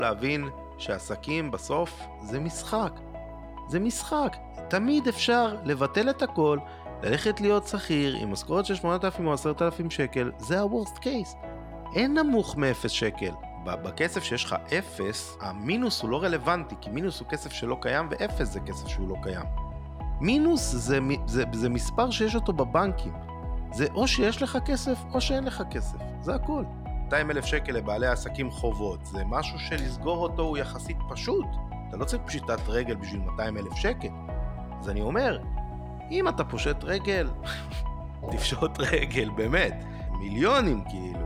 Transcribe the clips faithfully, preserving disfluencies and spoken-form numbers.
להבין שעסקים בסוף זה משחק. זה משחק. תמיד אפשר לבטל את הכל, ללכת להיות שכיר עם משכורת של שמונת אלפים או עשרת אלפים שקל, זה ה-worst case. אין נמוך מאפס שקל. בכסף שיש לך אפס, המינוס הוא לא רלוונטי, כי מינוס הוא כסף שלא קיים, ואפס זה כסף שהוא לא קיים. מינוס זה, זה, זה מספר שיש אותו בבנקים. זה או שיש לך כסף, או שאין לך כסף. זה הכל. מאתיים אלף שקל לבעלי עסקים חובות, זה משהו שלסגור אותו הוא יחסית פשוט. אתה לא צריך פשיטת רגל בשביל מאתיים אלף שקל. אז אני אומר, אם אתה פושט רגל, תפשוט רגל, באמת. מיליונים כאילו.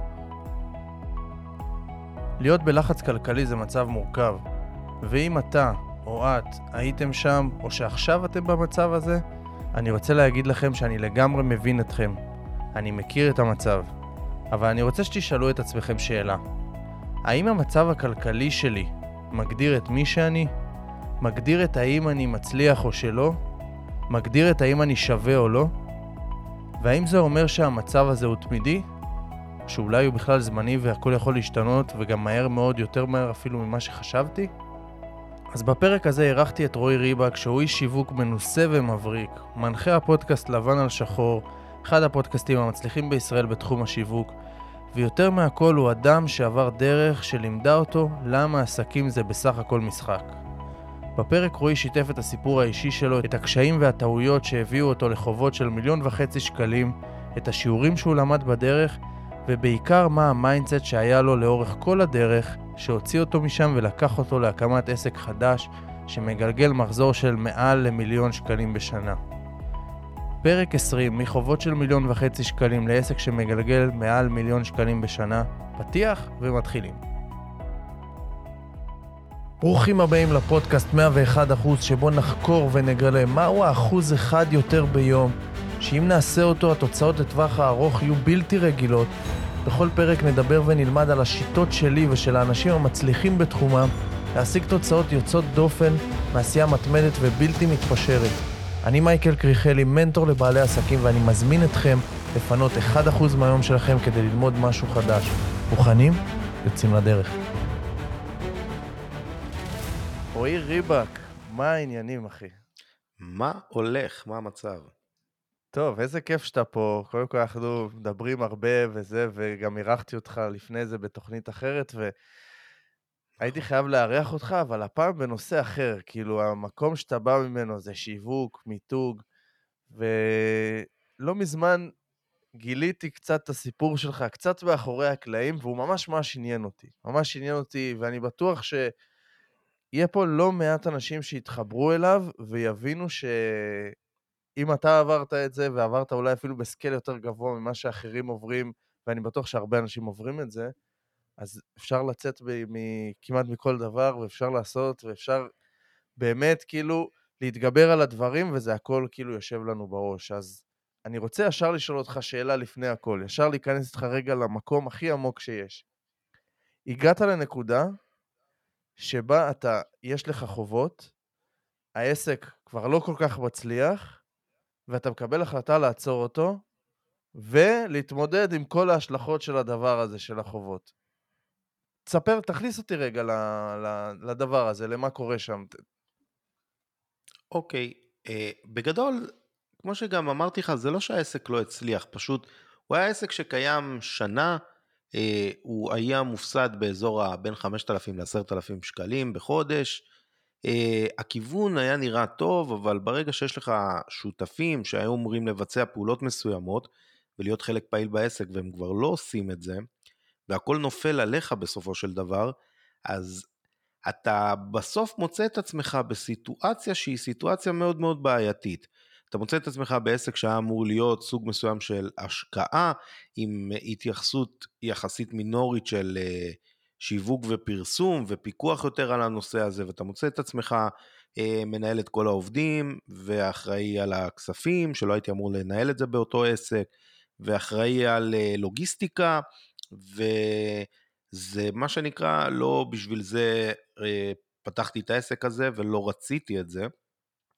להיות בלחץ כלכלי זה מצב מורכב, ואם אתה או את הייתם שם, או שעכשיו אתם במצב הזה, אני רוצה להגיד לכם שאני לגמרי מבין אתכם. אני מכיר את המצב, אבל אני רוצה שתשאלו את עצמכם שאלה. האם המצב הכלכלי שלי מגדיר את מי שאני? מגדיר את האם אני מצליח או שלא? מגדיר את האם אני שווה או לא? והאם זה אומר שהמצב הזה הוא תמידי? שאולי הוא בכלל זמני והכל יכול להשתנות וגם מהר מאוד, יותר מהר אפילו ממה שחשבתי? אז בפרק הזה ערכתי את רועי ריבק, שהוא איש שיווק מנוסה ומבריק, מנחה הפודקאסט לבן על שחור, אחד הפודקאסטים המצליחים בישראל בתחום השיווק, ויותר מהכל הוא אדם שעבר דרך שלימדה אותו למה עסקים זה בסך הכל משחק. בפרק רועי שיתף את הסיפור האישי שלו, את הקשיים והטעויות שהביאו אותו לחובות של מיליון וחצי שקלים, את השיעורים שהוא למד בדרך, ובעיקר מה המיינדסט שהיה לו לאורך כל הדרך, שהוציא אותו משם ולקח אותו להקמת עסק חדש, שמגלגל מחזור של מעל למיליון שקלים בשנה. פרק עשרים, מחובות של מיליון וחצי שקלים לעסק שמגלגל מעל מיליון שקלים בשנה, פתיח ומתחילים. ברוכים הבאים לפודקאסט מאה ואחד אחוז, שבו נחקור ונגלה מהו האחוז אחד יותר ביום, שאם נעשה אותו התוצאות לטווח הארוך יהיו בלתי רגילות. בכל פרק נדבר ונלמד על השיטות שלי ושל האנשים המצליחים בתחומם להשיג תוצאות יוצאות דופן מעשייה מתמדת ובלתי מתפשרת. אני מייקל קריכלי, מנטור לבעלי עסקים, ואני מזמין אתכם לפנות אחד אחוז מהיום שלכם כדי ללמוד משהו חדש. מוכנים? יוצאים לדרך. רועי ריבק, מה העניינים אחי? מה הולך? מה המצב? טוב, איזה כיף שאתה פה. קודם כל אנחנו מדברים הרבה וזה, וגם אירחתי אותך לפני זה בתוכנית אחרת, והייתי חייב לארח אותך, אבל הפעם בנושא אחר. כאילו, המקום שאתה בא ממנו זה שיווק, מיתוג, ולא מזמן גיליתי קצת את הסיפור שלך, קצת מאחורי הקלעים, והוא ממש ממש עניין אותי. ממש עניין אותי, ואני בטוח שיהיה פה לא מעט אנשים שיתחברו אליו, ויבינו ש... אם אתה עברת את זה, ועברת אולי אפילו בסקל יותר גבוה ממה שאחרים עוברים, ואני בטוח שהרבה אנשים עוברים את זה, אז אפשר לצאת ב- כמעט מכל דבר, ואפשר לעשות, ואפשר באמת כאילו להתגבר על הדברים, וזה הכל כאילו יושב לנו בראש. אז אני רוצה ישר לשאול אותך שאלה לפני הכל, ישר להיכנס איתך רגע למקום הכי עמוק שיש. הגעת לנקודה שבה אתה, יש לך חובות, העסק כבר לא כל כך מצליח, ואתה מקבל החלטה לעצור אותו, ולהתמודד עם כל ההשלכות של הדבר הזה, של החובות. תספר, תכניס אותי רגע לדבר הזה, למה קורה שם. אוקיי, אה, בגדול, כמו שגם אמרתי לך, זה לא שהעסק לא הצליח, פשוט הוא היה עסק שקיים שנה, אה, הוא היה מופסד באזור בין חמשת אלפים ל-עשרת אלפים שקלים בחודש, Uh, הכיוון היה נראה טוב, אבל ברגע שיש לך שותפים שהיו אמורים לבצע פעולות מסוימות, ולהיות חלק פעיל בעסק, והם כבר לא עושים את זה, והכל נופל עליך בסופו של דבר, אז אתה בסוף מוצא את עצמך בסיטואציה שהיא סיטואציה מאוד מאוד בעייתית. אתה מוצא את עצמך בעסק שהיה אמור להיות סוג מסוים של השקעה, עם התייחסות יחסית מינורית של uh, שיווק ופרסום ופיקוח יותר על הנושא הזה, ואתה מוצא את עצמך אה, מנהל את כל העובדים, ואחראי על הכספים, שלא הייתי אמור לנהל את זה באותו עסק, ואחראי על אה, לוגיסטיקה, וזה מה שנקרא, לא בשביל זה אה, פתחתי את העסק הזה, ולא רציתי את זה,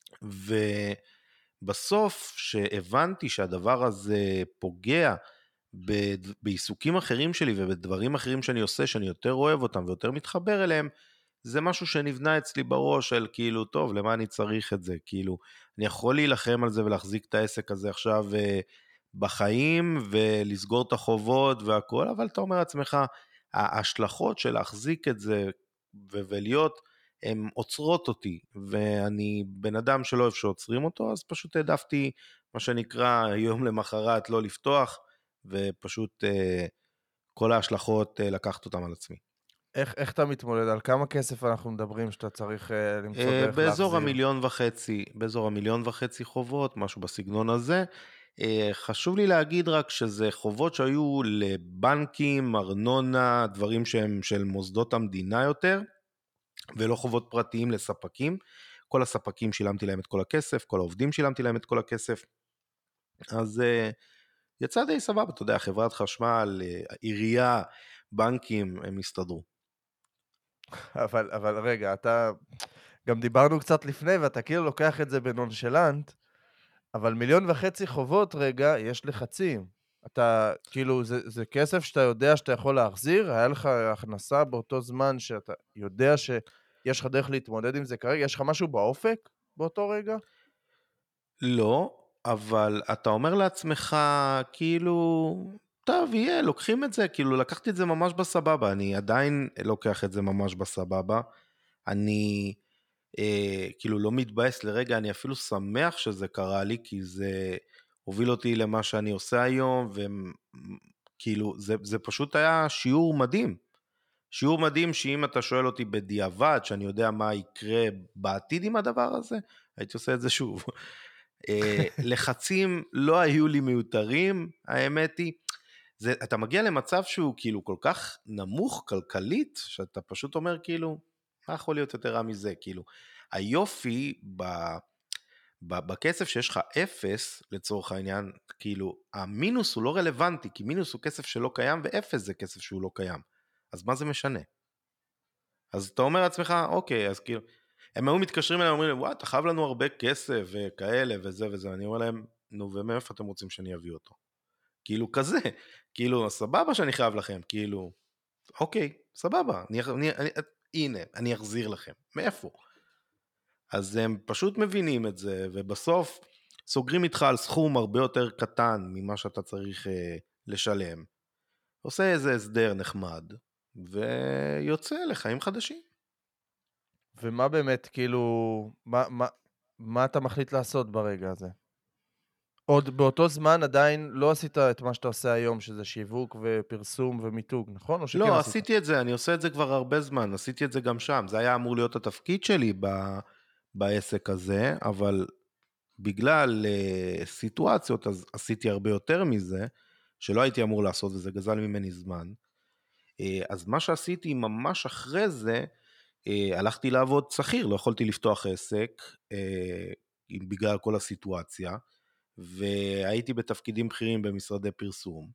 ובסוף שהבנתי שהדבר הזה פוגע, בד- בעיסוקים אחרים שלי ובדברים אחרים שאני עושה, שאני יותר אוהב אותם ויותר מתחבר אליהם, זה משהו שנבנה אצלי בראש של כאילו, טוב, למה אני צריך את זה? כאילו, אני יכול להילחם על זה ולהחזיק את העסק הזה עכשיו אה, בחיים ולסגור את החובות והכל, אבל אתה אומר לעצמך, ההשלכות של להחזיק את זה ו- ולהיות, הן עוצרות אותי, ואני בן אדם שלא אוהב שעוצרים אותו, אז פשוט העדפתי, מה שנקרא, יום למחרת לא לפתוח, ופשוט אה, כל ההשלכות אה, לקחת אותם על עצמי. איך, איך אתה מתמודד? על כמה כסף אנחנו מדברים שאתה צריך אה, למצוא אה, דרך באזור להחזיר? המיליון וחצי, באזור המיליון וחצי חובות, משהו בסגנון הזה. אה, חשוב לי להגיד רק שזה חובות שהיו לבנקים, ארנונה, דברים שהם של מוסדות המדינה יותר, ולא חובות פרטיים לספקים. כל הספקים שילמתי להם את כל הכסף, כל העובדים שילמתי להם את כל הכסף. אז אה, יצא די סבבה, אתה יודע, חברת חשמל, אה, עירייה, בנקים, הם הסתדרו. אבל, אבל רגע, אתה... גם דיברנו קצת לפני, ואתה כאילו לוקח את זה בנונשלנט, אבל מיליון וחצי חובות, רגע, יש לחצים. אתה, כאילו, זה, זה כסף שאתה יודע שאתה יכול להחזיר? היה לך הכנסה באותו זמן שאתה יודע שיש לך דרך להתמודד עם זה כרגע? יש לך משהו באופק באותו רגע? לא, אבל אתה אומר לעצמך, כאילו, טוב, יהיה, לוקחים את זה, כאילו, לקחתי את זה ממש בסבבה, אני עדיין לוקח את זה ממש בסבבה, אני אה, כאילו לא מתבאס לרגע, אני אפילו שמח שזה קרה לי, כי זה הוביל אותי למה שאני עושה היום, וכאילו, זה, זה פשוט היה שיעור מדהים, שיעור מדהים שאם אתה שואל אותי בדיעבד, שאני יודע מה יקרה בעתיד עם הדבר הזה, הייתי עושה את זה שוב. אה, לחצים לא היו לי מיותרים, האמת היא, זה, אתה מגיע למצב שהוא כאילו כל כך נמוך כלכלית, שאתה פשוט אומר כאילו, מה יכול להיות יותר רע מזה? כאילו, היופי ב, ב, בכסף שיש לך אפס, לצורך העניין, כאילו, המינוס הוא לא רלוונטי, כי מינוס הוא כסף שלא קיים, ואפס זה כסף שהוא לא קיים. אז מה זה משנה? אז אתה אומר לעצמך, אוקיי, אז כאילו, הם היו מתקשרים אליהם, אומרים להם, וואי, אתה חייב לנו הרבה כסף וכאלה וזה וזה, אני אומר להם, נו, ומאיפה אתם רוצים שאני אביא אותו? כאילו כזה, כאילו, סבבה שאני חייב לכם, כאילו, אוקיי, סבבה, אני, אני, אני, הנה, אני אחזיר לכם, מאיפה? אז הם פשוט מבינים את זה, ובסוף סוגרים איתך על סכום הרבה יותר קטן ממה שאתה צריך אה, לשלם, עושה איזה הסדר נחמד, ויוצא לחיים חדשים. ומה באמת, כאילו, מה, מה, מה אתה מחליט לעשות ברגע הזה? עוד באותו זמן עדיין לא עשית את מה שאתה עושה היום, שזה שיווק ופרסום ומיתוג, נכון? או שכן לא, עשית? עשיתי את זה, אני עושה את זה כבר הרבה זמן, עשיתי את זה גם שם, זה היה אמור להיות התפקיד שלי ב, בעסק הזה, אבל בגלל uh, סיטואציות, אז עשיתי הרבה יותר מזה, שלא הייתי אמור לעשות, וזה גזל ממני זמן. Uh, אז מה שעשיתי ממש אחרי זה, uh, הלכתי לעבוד שכיר, לא יכולתי לפתוח עסק, uh, בגלל כל הסיטואציה, והייתי בתפקידים בכירים במשרדי פרסום.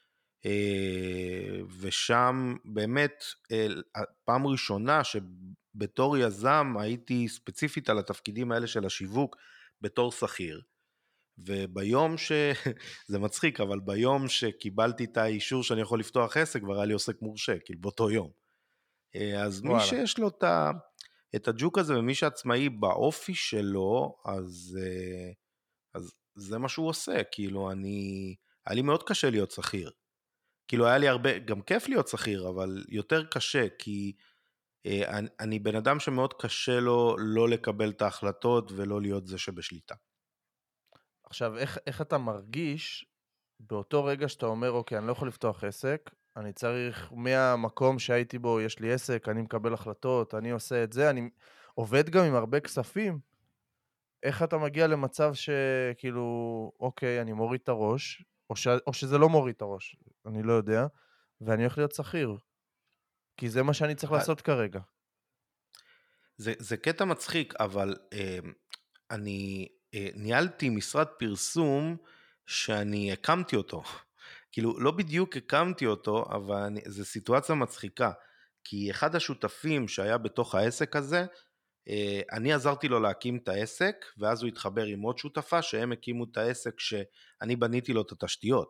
ושם באמת פעם ראשונה שבתור יזם הייתי ספציפית על התפקידים האלה של השיווק בתור שכיר, וביום ש... זה מצחיק, אבל ביום שקיבלתי את האישור שאני יכול לפתוח עסק, כבר היה לי עוסק מורשה, כאילו באותו יום. אז מי וואלה. שיש לו את, ה... את הג'וק הזה, ומי שעצמאי באופי שלו, אז, אז זה מה שהוא עושה, כאילו אני... היה לי מאוד קשה להיות שכיר. כאילו היה לי הרבה, גם כיף להיות שכיר, אבל יותר קשה, כי אה, אני, אני בן אדם שמאוד קשה לו לא לקבל את ההחלטות ולא להיות זה שבשליטה. עכשיו, איך, איך אתה מרגיש באותו רגע שאתה אומר, אוקיי, אני לא יכול לפתוח עסק, אני צריך מהמקום שהייתי בו, יש לי עסק, אני מקבל החלטות, אני עושה את זה, אני עובד גם עם הרבה כספים, איך אתה מגיע למצב שכאילו, אוקיי, אני מוריד את הראש, או, ש... או שזה לא מוריד את הראש, אני לא יודע, ואני הולך להיות שכיר, כי זה מה שאני צריך אה, לעשות כרגע. זה, זה קטע מצחיק, אבל אה, אני אה, ניהלתי משרד פרסום שאני הקמתי אותו. כאילו, לא בדיוק הקמתי אותו, אבל אני, זו סיטואציה מצחיקה, כי אחד השותפים שהיה בתוך העסק הזה, אה, אני עזרתי לו להקים את העסק, ואז הוא התחבר עם עוד שותפה, שהם הקימו את העסק שאני בניתי לו את התשתיות.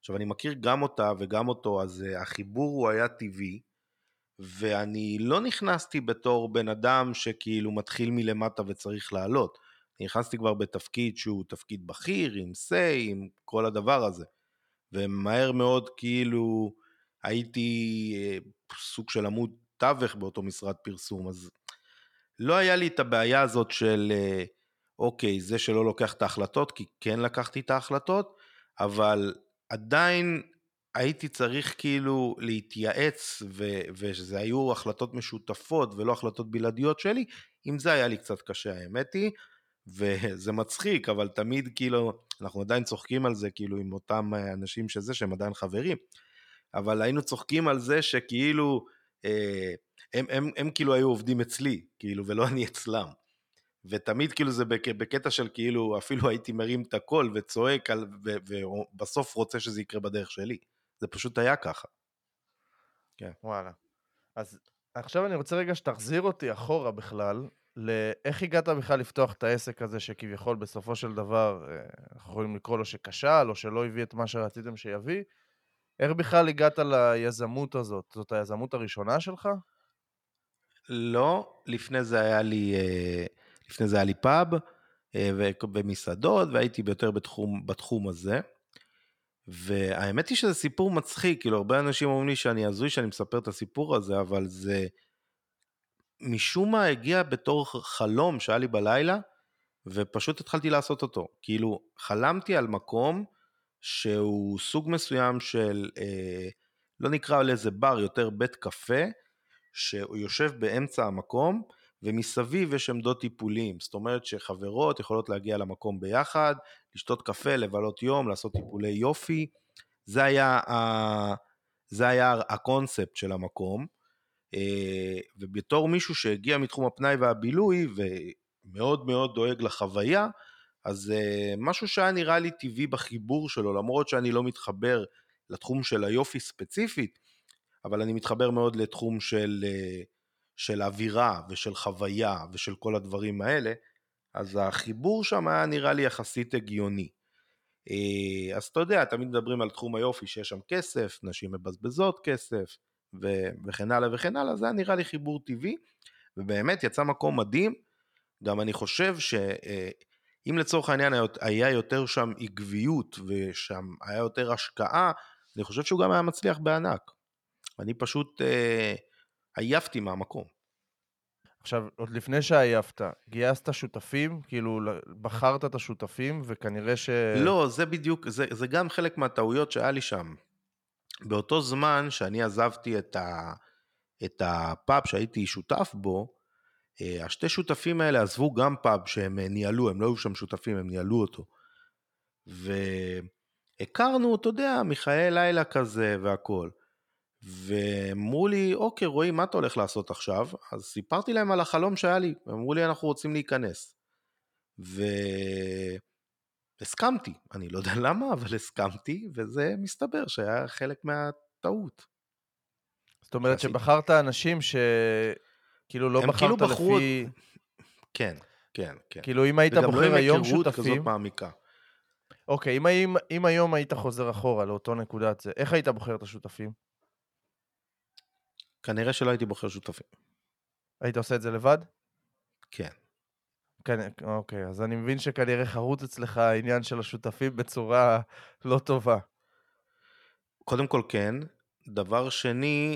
עכשיו אני מכיר גם אותה וגם אותו, אז uh, החיבור הוא היה טבעי, ואני לא נכנסתי בתור בן אדם שכאילו מתחיל מלמטה וצריך לעלות, אני נכנסתי כבר בתפקיד שהוא תפקיד בכיר, עם סי, עם כל הדבר הזה, ומהר מאוד כאילו הייתי uh, סוג של עמוד תווך באותו משרד פרסום, אז לא היה לי את הבעיה הזאת של uh, אוקיי, זה שלא לוקח את ההחלטות, כי כן לקחתי את ההחלטות, אבל עדיין הייתי צריך כאילו להתייעץ, ו- ושזה היו החלטות משותפות ולא החלטות בלעדיות שלי, אם זה היה לי קצת קשה, האמת היא, וזה מצחיק, אבל תמיד כאילו, אנחנו עדיין צוחקים על זה, כאילו עם אותם אנשים שזה, שהם עדיין חברים, אבל היינו צוחקים על זה שכאילו, אה, הם, הם, הם כאילו היו עובדים אצלי, כאילו, ולא אני אצלם. ותמיד כאילו זה בק, בקטע של כאילו, אפילו הייתי מרים את הקול וצועק, על, ו, ובסוף רוצה שזה יקרה בדרך שלי. זה פשוט היה ככה. כן. וואלה. אז עכשיו אני רוצה רגע שתחזיר אותי אחורה בכלל, לאיך הגעת בכלל לפתוח את העסק הזה שכביכול בסופו של דבר, אה, אנחנו יכולים לקרוא לו שכשל, או שלא הביא את מה שרציתם שיביא. איך בכלל הגעת ליזמות הזאת? זאת היזמות הראשונה שלך? לא, לפני זה היה לי, אה, לפני זה היה לי פאב, אה, ומסעדות, והייתי יותר בתחום, בתחום הזה. והאמת היא שזה סיפור מצחיק, כאילו הרבה אנשים אומרים לי שאני הזוי שאני מספר את הסיפור הזה, אבל זה משום מה הגיע בתור חלום שהיה לי בלילה, ופשוט התחלתי לעשות אותו. כאילו חלמתי על מקום שהוא סוג מסוים של, אה, לא נקרא לאיזה בר, יותר בית קפה, שהוא יושב באמצע המקום, ומסביב יש עמדות טיפולים, זאת אומרת שחברות יכולות להגיע למקום ביחד, לשתות קפה, לבלות יום, לעשות טיפולי יופי, זה היה, ה... זה היה הקונספט של המקום, ובתור מישהו שהגיע מתחום הפנאי והבילוי, ומאוד מאוד דואג לחוויה, אז משהו שהיה נראה לי טבעי בחיבור שלו, למרות שאני לא מתחבר לתחום של היופי ספציפית, אבל אני מתחבר מאוד לתחום של, של אווירה ושל חוויה ושל כל הדברים האלה, אז החיבור שם היה נראה לי יחסית הגיוני. אז אתה יודע, תמיד מדברים על תחום היופי שיש שם כסף, נשים מבזבזות כסף ו- וכן הלאה וכן הלאה, זה היה נראה לי חיבור טבעי, ובאמת יצא מקום מדהים, גם אני חושב שאם לצורך העניין היה יותר שם עקביות ושם היה יותר השקעה, אני חושב שהוא גם היה מצליח בענק. אני פשוט אה, עייפתי מהמקום. עכשיו, עוד לפני שעייפת, גייסת שותפים? כאילו, בחרת את השותפים, וכנראה ש... לא, זה בדיוק, זה, זה גם חלק מהטעויות שהיה לי שם. באותו זמן שאני עזבתי את, ה, את הפאב שהייתי שותף בו, השתי שותפים האלה עזבו גם פאב שהם ניהלו, הם לא היו שם שותפים, הם ניהלו אותו. והכרנו, אתה יודע, מיכאל לילה כזה והכל. ואמרו לי, אוקיי רועי, מה אתה הולך לעשות עכשיו? אז סיפרתי להם על החלום שהיה לי, אמרו לי אנחנו רוצים להיכנס. והסכמתי, אני לא יודע למה, אבל הסכמתי, וזה מסתבר שהיה חלק מהטעות. זאת אומרת שעשיתי. שבחרת אנשים שכאילו לא בחרת כאילו בחרו... לפי... כן, כן, כן. כאילו אם היית בוחר וגם לא היום עם היכרות שותפים... כזאת מעמיקה. אוקיי, אם, אם, אם היום היית חוזר אחורה לאותו נקודת זה, איך היית בוחר את השותפים? כנראה שלא הייתי בוחר שותפים. היית עושה את זה לבד? כן. כן, אוקיי, אז אני מבין שכנראה חרוץ אצלך העניין של השותפים בצורה לא טובה. קודם כל כן. דבר שני,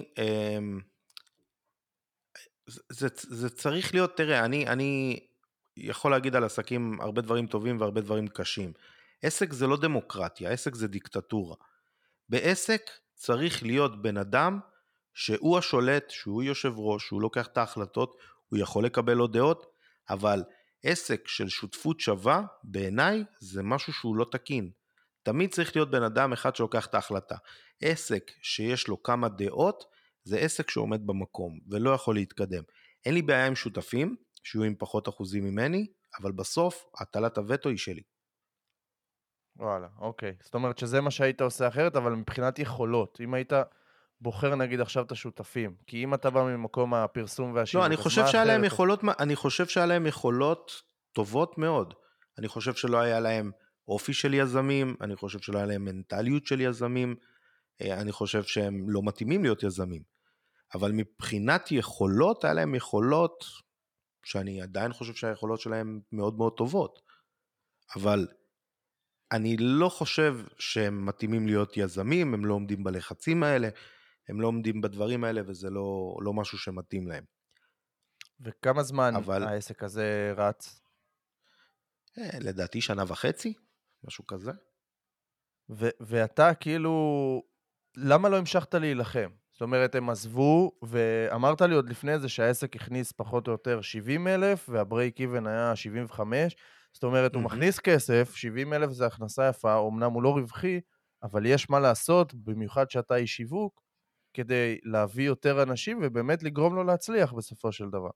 זה, זה, זה צריך להיות, תראה, אני, אני יכול להגיד על עסקים הרבה דברים טובים והרבה דברים קשים. עסק זה לא דמוקרטיה, עסק זה דיקטטורה. בעסק צריך להיות בן אדם שהוא השולט, שהוא יושב ראש, שהוא לוקח את ההחלטות, הוא יכול לקבל עוד דעות, אבל עסק של שותפות שווה, בעיניי זה משהו שהוא לא תקין. תמיד צריך להיות בן אדם אחד שלוקח את ההחלטה. עסק שיש לו כמה דעות, זה עסק שעומד במקום, ולא יכול להתקדם. אין לי בעיה עם שותפים, שיהיו עם פחות אחוזים ממני, אבל בסוף, הטלת הווטו היא שלי. וואלה, אוקיי. זאת אומרת שזה מה שהיית עושה אחרת, אבל מבחינת יכולות, אם היית בוחר נגיד עכשיו את השותפים, כי אם אתה בא ממקום הפרסום והשיווק, לא, אני חושב אז מה שהיה להם אחרת? יכולות, אני חושב שהיה להם יכולות טובות מאוד. אני חושב שלא היה להם אופי של יזמים, אני חושב שלא היה להם מנטליות של יזמים, אני חושב שהם לא מתאימים להיות יזמים. אבל מבחינת יכולות, היה להם יכולות, שאני עדיין חושב שהיכולות שלהם מאוד מאוד טובות. אבל אני לא חושב שהם מתאימים להיות יזמים, הם לא עומדים בלחצים האלה, הם לא עומדים בדברים האלה, וזה לא, לא משהו שמתאים להם. וכמה זמן אבל העסק הזה רץ? אה, לדעתי שנה וחצי, משהו כזה. ו- ואתה כאילו, למה לא המשכת להילחם? זאת אומרת, הם עזבו, ואמרת לי עוד לפני זה שהעסק הכניס פחות או יותר שבעים אלף, והברייק איבן היה שבעים וחמש. זאת אומרת, הוא מהמם. מכניס כסף, שבעים אלף זה הכנסה יפה, אמנם הוא לא רווחי, אבל יש מה לעשות, במיוחד שאתה איש שיווק, כדי להביא יותר אנשים ובאמת לגרום לו להצליח בסופו של דבר.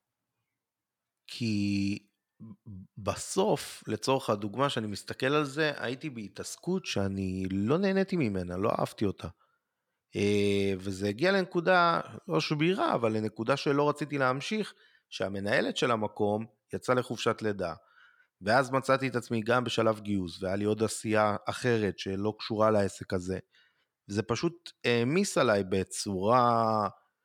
כי בסוף, לצורך הדוגמה שאני מסתכל על זה, הייתי בהתעסקות שאני לא נהניתי ממנה, לא אהבתי אותה. אה, וזה הגיע לנקודה, לא שבירה, אבל לנקודה שלא רציתי להמשיך, שהמנהלת של המקום יצאה לחופשת לידה. ואז מצאתי את עצמי גם בשלב גיוס, והיה לי עוד עשייה אחרת שלא קשורה לעסק הזה. זה פשוט העמיס עליי בצורה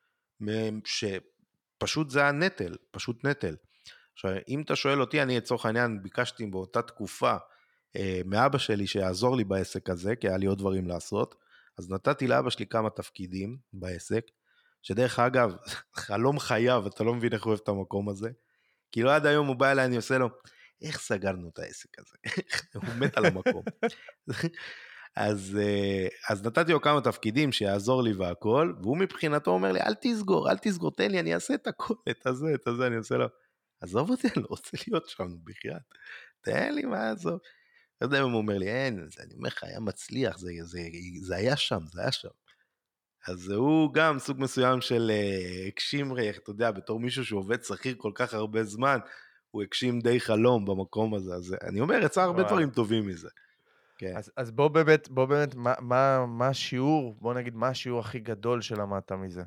שפשוט זה הנטל, פשוט נטל. עכשיו, אם אתה שואל אותי, אני לצורך העניין ביקשתי באותה תקופה אה, מאבא שלי שיעזור לי בעסק הזה, כי היה לי עוד דברים לעשות, אז נתתי לאבא שלי כמה תפקידים בעסק, שדרך אגב, חלום חייו, אתה לא מבין איך הוא אוהב את המקום הזה, כאילו עד היום הוא בא אליי, אני עושה לו, איך סגרנו את העסק הזה? הוא מת על המקום. אז, אה, אז נתתי לו כמה תפקידים שיעזור לי והכל, והוא מבחינתו אומר לי, אל תסגור, אל תסגור, תן לי, אני אעשה את הכל, את הזה, את הזה, אני עושה לו, עזוב אותי, אני לא רוצה להיות שם בכלל, תן לי מה עזוב. לא יודע אם הוא אומר לי, אין, זה, אני אומר לך, היה מצליח, זה, זה, זה היה שם, זה היה שם. אז הוא גם סוג מסוים של הגשים, אתה יודע, בתור מישהו שעובד שכיר כל כך הרבה זמן, הוא הגשים די חלום במקום הזה, אז אני אומר, יצא הרבה וואלה. דברים טובים מזה. כן. אז, אז בוא באמת, בוא באמת, מה, מה, מה השיעור, בוא נגיד, מה השיעור הכי גדול שלמדת מזה?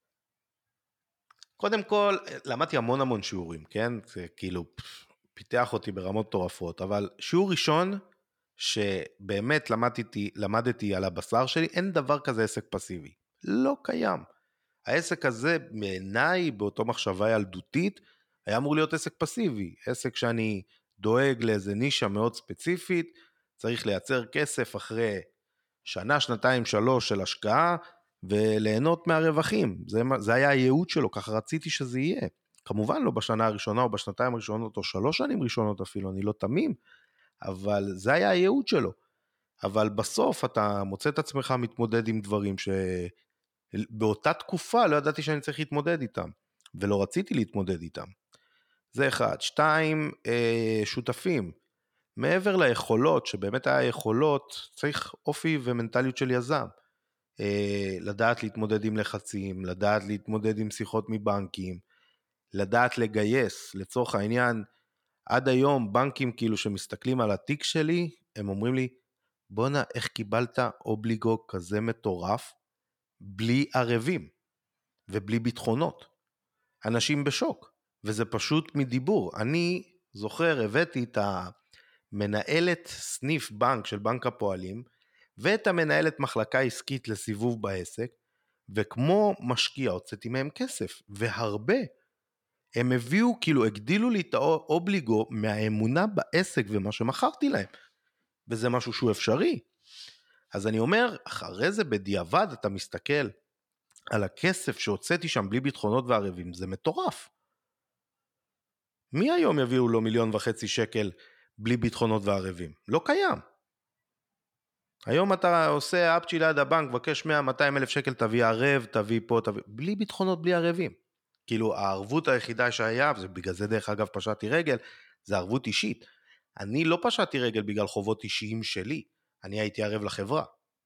קודם כל, למדתי המון המון שיעורים, כן? זה כאילו פיתח אותי ברמות טורפות, אבל שיעור ראשון, שבאמת למדתי, למדתי על הבשר שלי, אין דבר כזה עסק פסיבי. לא קיים. העסק הזה, בעיניי, באותו מחשבה ילדותית, היה אמור להיות עסק פסיבי. עסק שאני דואג לאיזה נישה מאוד ספציפית, צריך לייצר כסף אחרי שנה, שנתיים, שלוש של השקעה, וליהנות מהרווחים. זה, זה היה הייעוד שלו, ככה רציתי שזה יהיה. כמובן לא בשנה הראשונה או בשנתיים הראשונות או שלוש שנים ראשונות אפילו, אני לא תמים, אבל זה היה הייעוד שלו. אבל בסוף אתה מוצא את עצמך מתמודד עם דברים שבאותה תקופה לא ידעתי שאני צריך להתמודד איתם, ולא רציתי להתמודד איתם. זה אחד. שתיים, אה, שותפים. מעבר ליכולות, שבאמת היה יכולות, צריך אופי ומנטליות של יזם. אה, לדעת להתמודד עם לחצים, לדעת להתמודד עם שיחות מבנקים, לדעת לגייס, לצורך העניין, עד היום בנקים כאילו שמסתכלים על התיק שלי, הם אומרים לי, בונה, איך קיבלת אובליגו כזה מטורף, בלי ערבים, ובלי ביטחונות. אנשים בשוק, וזה פשוט מדיבור. אני זוכר, הבאתי את המנהלת סניף בנק של בנק הפועלים, ואת המנהלת מחלקה עסקית לסיבוב בעסק, וכמו משקיע הוצאתי מהם כסף, והרבה. הם הביאו, כאילו הגדילו לי את האובליגו מהאמונה בעסק ומה שמכרתי להם, וזה משהו שהוא אפשרי. אז אני אומר, אחרי זה בדיעבד אתה מסתכל על הכסף שהוצאתי שם בלי ביטחונות וערבים, זה מטורף. מי היום יביאו לו מיליון וחצי שקל בלי ביטחונות וערבים? לא קיים. היום אתה עושה אפצ'י ליד הבנק, מבקש מאה מאתיים אלף שקל, תביא ערב, תביא פה, תביא, בלי ביטחונות, בלי ערבים. כאילו הערבות היחידה שהיה, ובגלל זה דרך אגב פשעתי רגל, זה ערבות אישית. אני לא פשעתי רגל בגלל חובות אישיים שלי, אני הייתי ערב לחברה.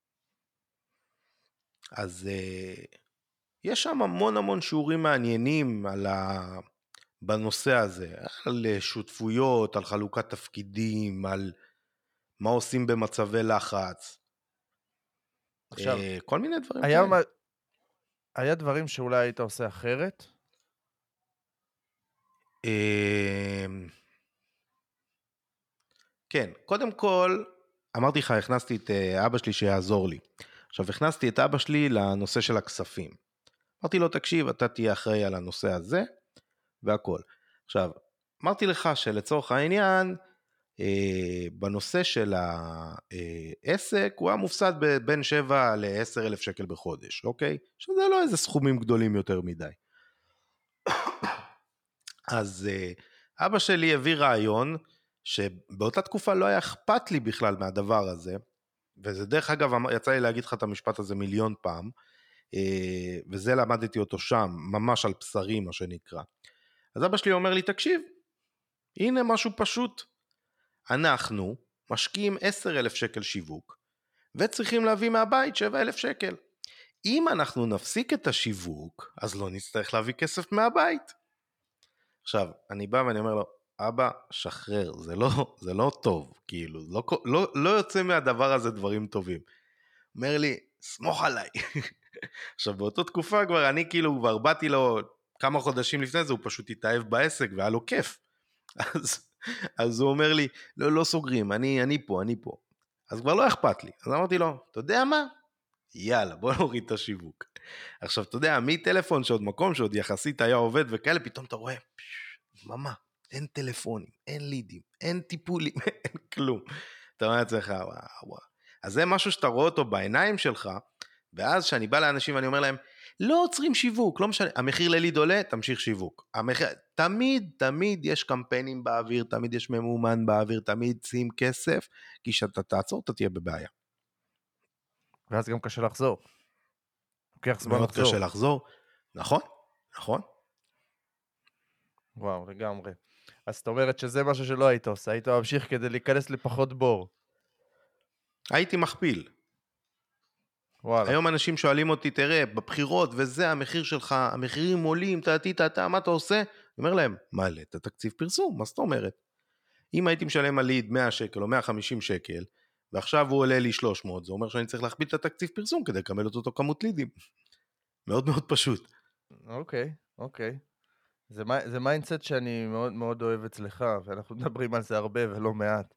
אז uh, יש שם המון המון שיעורים מעניינים על ה... בנושא הזה, על שותפויות, על חלוקת תפקידים, על מה עושים במצבי לחץ, עכשיו, כל מיני דברים היה, כאלה. היה דברים שאולי היית עושה אחרת? כן, קודם כל, אמרתי לך, הכנסתי את אה, אבא שלי שיעזור לי. עכשיו, הכנסתי את אבא שלי לנושא של הכספים. אמרתי לו, תקשיב, אתה תהיה אחראי על הנושא הזה, והכל. עכשיו, אמרתי לך שלצורך העניין, אה, בנושא של העסק, הוא היה מופסד בין שבע ל-עשרת אלפים שקל בחודש, אוקיי? שזה לא איזה סכומים גדולים יותר מדי. אז אה, אבא שלי הביא רעיון, שבאותה תקופה לא היה אכפת לי בכלל מהדבר הזה, וזה דרך אגב, יצא לי להגיד לך את המשפט הזה מיליון פעם, אה, וזה למדתי אותו שם, ממש על בשרי מה שנקרא. אז אבא שלי אומר לי, תקשיב, הנה משהו פשוט, אנחנו משקיעים עשרת אלפים שקל שיווק, וצריכים להביא מהבית שבעה אלף שקל. אם אנחנו נפסיק את השיווק, אז לא נצטרך להביא כסף מהבית. עכשיו, אני בא ואני אומר לו, אבא, שחרר, זה לא, זה לא טוב, כאילו, לא, לא, לא יוצא מהדבר הזה דברים טובים. אומר לי, סמוך עליי. עכשיו, באותו תקופה כבר, אני כאילו, כבר באתי לו כמה חודשים לפני זה, הוא פשוט התאהב בעסק, והיה לו כיף. אז, אז הוא אומר לי, לא, לא סוגרים, אני, אני פה, אני פה. אז כבר לא אכפת לי. אז אמרתי לו, אתה יודע מה? יאללה, בוא נוריד את השיווק. עכשיו, אתה יודע, מטלפון שעוד מקום שעוד יחסית היה עובד וכאלה, פתאום אתה רואה, ממה, אין טלפונים, אין לידים, אין טיפולים, אין כלום. אתה אומר לעצמך, וואו, וואו. אז זה משהו שאתה רואה אותו בעיניים שלך, ואז כשאני בא לאנשים ואני אומר להם, לא עוצרים שיווק, לא משנה, המחיר לליד עולה, תמשיך שיווק. המחיר, תמיד, תמיד יש קמפיינים באוויר, תמיד יש ממומן באוויר, תמיד שים כסף, כי כשאתה תעצור, אתה תהיה בבעיה. ואז גם קשה לחזור. לוקח זמן מאוד לחזור. קשה לחזור, נכון, נכון. וואו, לגמרי. אז זאת אומרת שזה משהו שלא היית עושה, היית ממשיך כדי להיכנס לפחות בור. הייתי מכפיל. וואלה. היום אנשים שואלים אותי, תראה, בבחירות וזה המחיר שלך, המחירים עולים, תעתי, תעתה, מה אתה עושה? אני אומר להם, מעלה את התקציב פרסום, מה זאת אומרת? אם הייתי משלם על ליד מאה שקל או מאה וחמישים שקל, ועכשיו הוא עולה לי שלוש מאות, זה אומר שאני צריך להכפיל את התקציב פרסום כדי לקבל את אותו כמות לידים. מאוד מאוד פשוט. אוקיי, אוקיי. זה, זה מיינדסט שאני מאוד מאוד אוהב אצלך, ואנחנו מדברים על זה הרבה ולא מעט.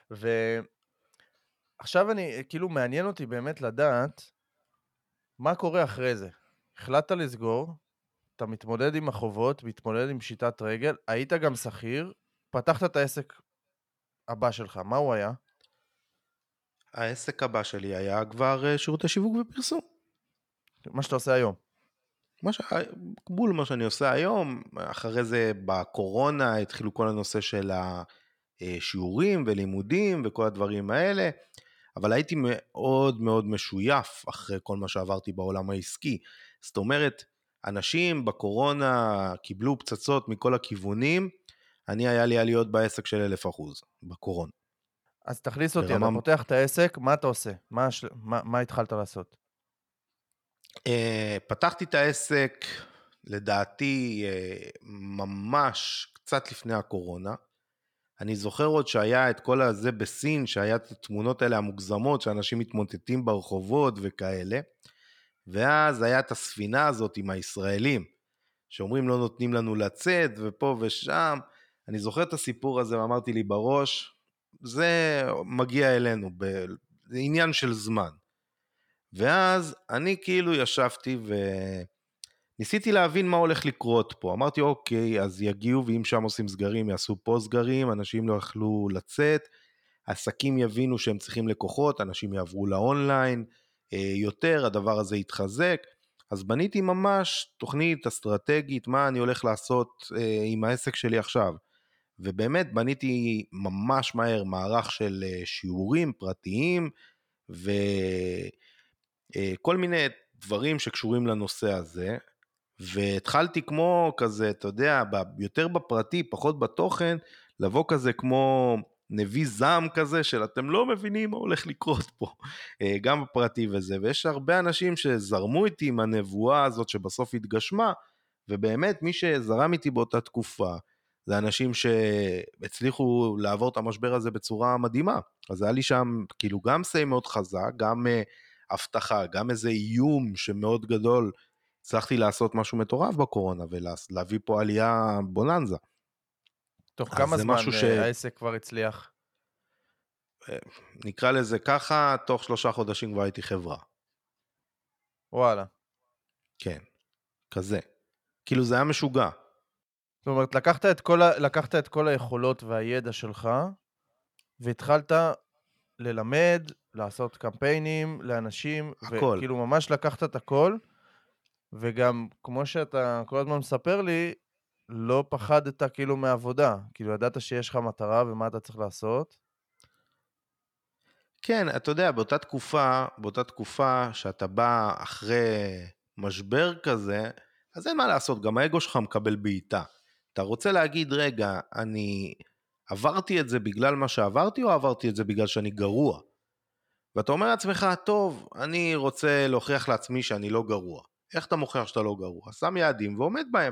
ועכשיו אני, כאילו מעניין אותי באמת לדעת, מה קורה אחרי זה? החלטת לסגור, אתה מתמודד עם החובות, מתמודד עם שיטת רגל, היית גם שכיר, פתחת את העסק הבא שלך, מה הוא היה? העסק הבא שלי היה כבר שירותי שיווק ופרסום. מה שאתה עושה היום. מה ש... בול מה שאני עושה היום, אחרי זה בקורונה התחילו כל הנושא של השיעורים ולימודים וכל הדברים האלה, אבל הייתי מאוד מאוד משויף אחרי כל מה שעברתי בעולם העסקי. זאת אומרת, אנשים בקורונה קיבלו פצצות מכל הכיוונים, אני היה לי עליות בעסק של אלף אחוז בקורונה. אז תכניס אותי, ברמה... אתה פותח את העסק, מה אתה עושה? מה, מה, מה התחלת לעשות? Uh, פתחתי את העסק, לדעתי, uh, ממש קצת לפני הקורונה. אני זוכר עוד שהיה את כל הזה בסין, שהיה את התמונות האלה המוגזמות, שאנשים מתמוטטים ברחובות וכאלה, ואז היה את הספינה הזאת עם הישראלים, שאומרים לא נותנים לנו לצאת, ופה ושם. אני זוכר את הסיפור הזה, ואמרתי לי בראש, זה מגיע אלינו, זה עניין של זמן. ואז אני כאילו ישבתי וניסיתי להבין מה הולך לקרות פה. אמרתי, אוקיי, אז יגיעו, ואם שם עושים סגרים, יעשו פה סגרים, אנשים לא יכלו לצאת, עסקים יבינו שהם צריכים לקוחות, אנשים יעברו לאונליין יותר, הדבר הזה יתחזק. אז בניתי ממש תוכנית אסטרטגית, מה אני הולך לעשות עם העסק שלי עכשיו. ובאמת בניתי ממש מהר מערך של שיעורים פרטיים, ו... כל מיני דברים שקשורים לנושא הזה, והתחלתי כמו כזה, אתה יודע, יותר בפרטי, פחות בתוכן, לבוא כזה כמו נביא זעם כזה, של אתם לא מבינים מה הולך לקרות פה, גם בפרטי וזה, ויש הרבה אנשים שזרמו איתי עם הנבואה הזאת, שבסוף התגשמה, ובאמת מי שזרם איתי באותה תקופה, זה אנשים שהצליחו לעבור את המשבר הזה בצורה מדהימה, אז היה לי שם כאילו גם סי מאוד חזק, גם הבטחה, גם איזה איום שמאוד גדול, הצלחתי לעשות משהו מטורף בקורונה, ולהביא פה עלייה בוננזה. תוך כמה זמן ש... העסק כבר הצליח? נקרא לזה ככה, תוך שלושה חודשים כבר הייתי חברה. וואלה. כן, כזה. כאילו זה היה משוגע. זאת אומרת, לקחת את כל, ה... לקחת את כל היכולות והידע שלך, והתחלת ללמד, לעשות קמפיינים לאנשים, הכל. וכאילו ממש לקחת את הכל, וגם כמו שאתה כל הזמן מספר לי, לא פחדת כאילו מעבודה, כאילו ידעת שיש לך מטרה ומה אתה צריך לעשות. כן, אתה יודע, באותה תקופה, באותה תקופה שאתה בא אחרי משבר כזה, אז אין מה לעשות, גם האגו שלך מקבל בעיטה. אתה רוצה להגיד, רגע, אני עברתי את זה בגלל מה שעברתי, או עברתי את זה בגלל שאני גרוע? ואתה אומר לעצמך, טוב, אני רוצה להוכיח לעצמי שאני לא גרוע. איך אתה מוכיח שאתה לא גרוע? שם יעדים ועומד בהם.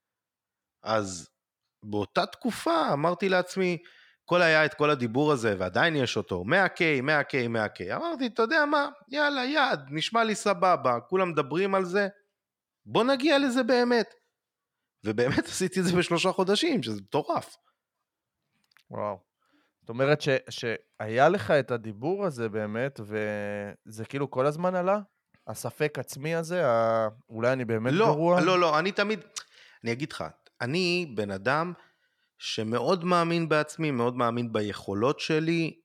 אז באותה תקופה אמרתי לעצמי, כל היה את כל הדיבור הזה, ועדיין יש אותו, מאה קיי, מאה קיי, מאה קיי. אמרתי, אתה יודע מה, יאללה, יעד, נשמע לי סבבה, כולם מדברים על זה, בוא נגיע לזה באמת. ובאמת עשיתי את זה בשלושה חודשים, שזה מטורף. וואו. זאת אומרת ש, שהיה לך את הדיבור הזה באמת, וזה כאילו כל הזמן עלה? הספק עצמי הזה, ה... אולי אני באמת לא, גרוע? לא, לא, אני תמיד, אני אגיד לך, אני בן אדם שמאוד מאמין בעצמי, מאוד מאמין ביכולות שלי,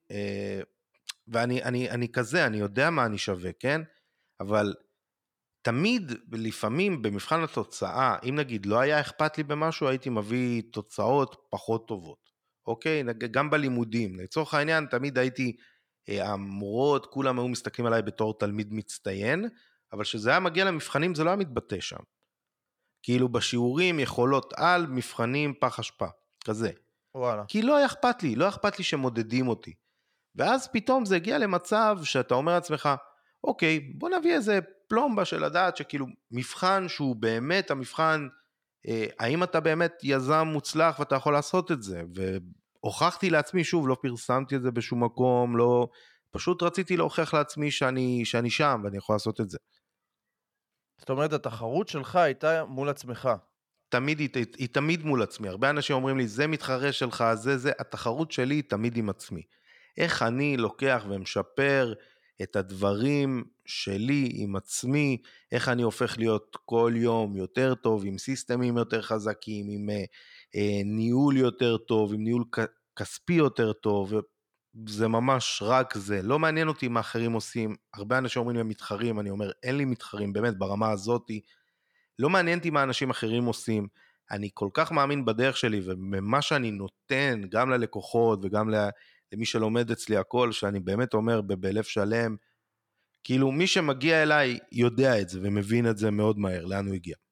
ואני אני, אני כזה, אני יודע מה אני שווה, כן? אבל תמיד, לפעמים, במבחן התוצאה, אם נגיד לא היה אכפת לי במשהו, הייתי מביא תוצאות פחות טובות, אוקיי? גם בלימודים, לצורך העניין, תמיד הייתי, המורות, כולם היו מסתכלים עליי בתור תלמיד מצטיין, אבל כשזה היה מגיע למבחנים, זה לא היה מתבטא שם. כאילו בשיעורים, יכולות על, מבחנים, פח אשפה, כזה. וואלה. כי לא היה אכפת לי, לא היה אכפת לי שמודדים אותי. ואז פתאום זה הגיע למצב שאתה אומר לעצמך, אוקיי, בוא נביא איזה פלומבה של לדעת שכאילו מבחן שהוא באמת המבחן, אה, האם אתה באמת יזם מוצלח ואתה יכול לעשות את זה, והוכחתי לעצמי, שוב, לא פרסמתי את זה בשום מקום, לא, פשוט רציתי להוכיח לעצמי שאני, שאני שם ואני יכול לעשות את זה. זאת אומרת, התחרות שלך הייתה מול עצמך. תמיד, היא, היא, היא תמיד מול עצמי, הרבה אנשים אומרים לי, זה מתחרה שלך, זה זה, התחרות שלי היא תמיד עם עצמי. איך אני לוקח ומשפר את הדברים שלי עם עצמי, איך אני הופך להיות כל יום יותר טוב, עם סיסטמים יותר חזקים, עם אה, אה, ניהול יותר טוב, עם ניהול כ- כספי יותר טוב, זה ממש רק זה, לא מעניין אותי מה אחרים עושים, הרבה אנשים אומרים לי מתחרים, אני אומר אין לי מתחרים, באמת ברמה הזאת, לא מעניין אותי מה אנשים אחרים עושים, אני כל כך מאמין בדרך שלי, וממה שאני נותן גם ללקוחות וגם למי שלומד אצלי הכל, שאני באמת אומר בלב שלם, כאילו מי שמגיע אליי יודע את זה ומבין את זה מאוד מהר, לאן הוא הגיע.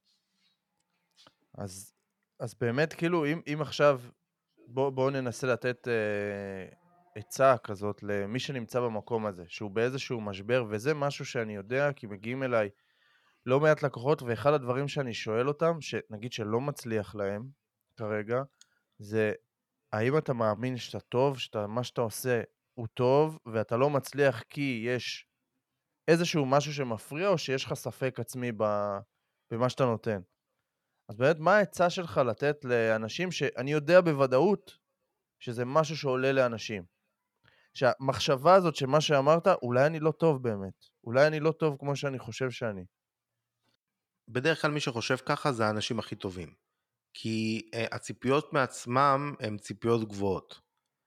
אז, אז באמת, כאילו, אם, אם עכשיו, בוא, בוא ננסה לתת אה, עצה כזאת למי שנמצא במקום הזה, שהוא באיזשהו משבר, וזה משהו שאני יודע, כי מגיעים אליי לא מעט לקוחות, ואחד הדברים שאני שואל אותם, שנגיד שלא מצליח להם כרגע, זה האם אתה מאמין שאתה טוב, שאתה, מה שאתה עושה הוא טוב, ואתה לא מצליח כי יש איזשהו משהו שמפריע, או שיש לך ספק עצמי במה שאתה נותן. אז באמת, מה העצה שלך לתת לאנשים שאני יודע בוודאות שזה משהו שעולה לאנשים? שהמחשבה הזאת שמה שאמרת, אולי אני לא טוב באמת. אולי אני לא טוב כמו שאני חושב שאני. בדרך כלל מי שחושב ככה זה האנשים הכי טובים, כי uh, הציפיות מעצמם הן ציפיות גבוהות,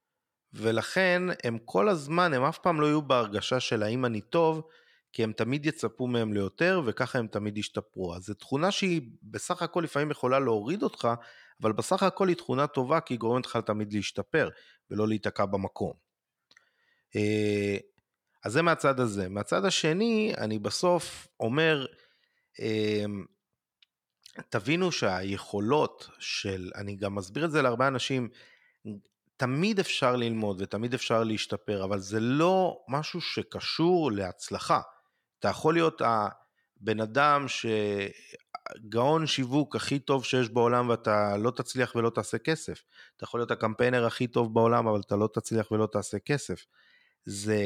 ולכן הם כל הזמן, הם אף פעם לא יהיו בהרגשה של האם אני טוב, כי הם תמיד יצפו מהם ליותר, וככה הם תמיד ישתפרו. אז זו תכונה שהיא בסך הכל לפעמים יכולה להוריד אותך, אבל בסך הכל היא תכונה טובה, כי היא גורמת לך תמיד להשתפר, ולא להיתקע במקום. אז זה מהצד הזה. מהצד השני, אני בסוף אומר, תבינו שהיכולות של, אני גם מסביר את זה להרבה אנשים, תמיד אפשר ללמוד ותמיד אפשר להשתפר, אבל זה לא משהו שקשור להצלחה. אתה יכול להיות הבן אדם שגאון שיווק הכי טוב שיש בעולם, ואתה לא תצליח ולא תעשה כסף. אתה יכול להיות הקמפיינר הכי טוב בעולם, אבל אתה לא תצליח ולא תעשה כסף. זה,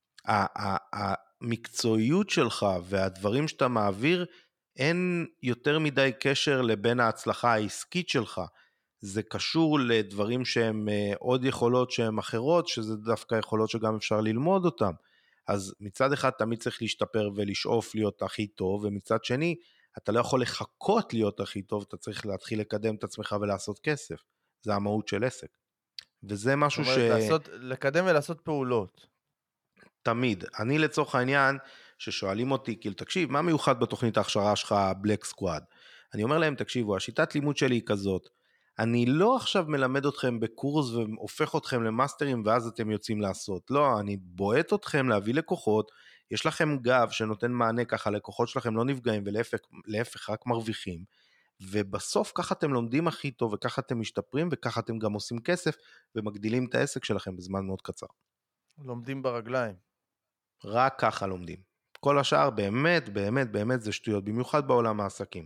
המקצועיות שלך והדברים שאתה מעביר, אין יותר מדי קשר לבין ההצלחה העסקית שלך. זה קשור לדברים שהם אה, עוד יכולות שהן אחרות, שזה דווקא יכולות שגם אפשר ללמוד אותן. אז מצד אחד תמיד צריך להשתפר ולשאוף להיות הכי טוב, ומצד שני, אתה לא יכול לחכות להיות הכי טוב, אתה צריך להתחיל לקדם את עצמך ולעשות כסף. זה המהות של עסק. וזה זאת משהו אומרת, לעשות, לקדם ולעשות פעולות. שתמיד, אני לצורך העניין, ששואלים אותי, כאילו, תקשיב, מה מיוחד בתוכנית ההכשרה שלך, בלק סקואד? אני אומר להם, תקשיבו, השיטת לימוד שלי היא כזאת, אני לא עכשיו מלמד אתכם בקורס והופך אתכם למאסטרים ואז אתם יוצאים לעשות. לא, אני בועט אתכם להביא לקוחות, יש לכם גב שנותן מענה ככה, לקוחות שלכם לא נפגעים ולהפך להפך, רק מרוויחים, ובסוף ככה אתם לומדים הכי טוב וככה אתם משתפרים וככה אתם גם עושים כסף ומגדילים את העסק שלכם בזמן מאוד קצר. לומדים ברגליים. רק ככה לומדים. כל השאר באמת, באמת, באמת זה שטויות, במיוחד בעולם העסקים.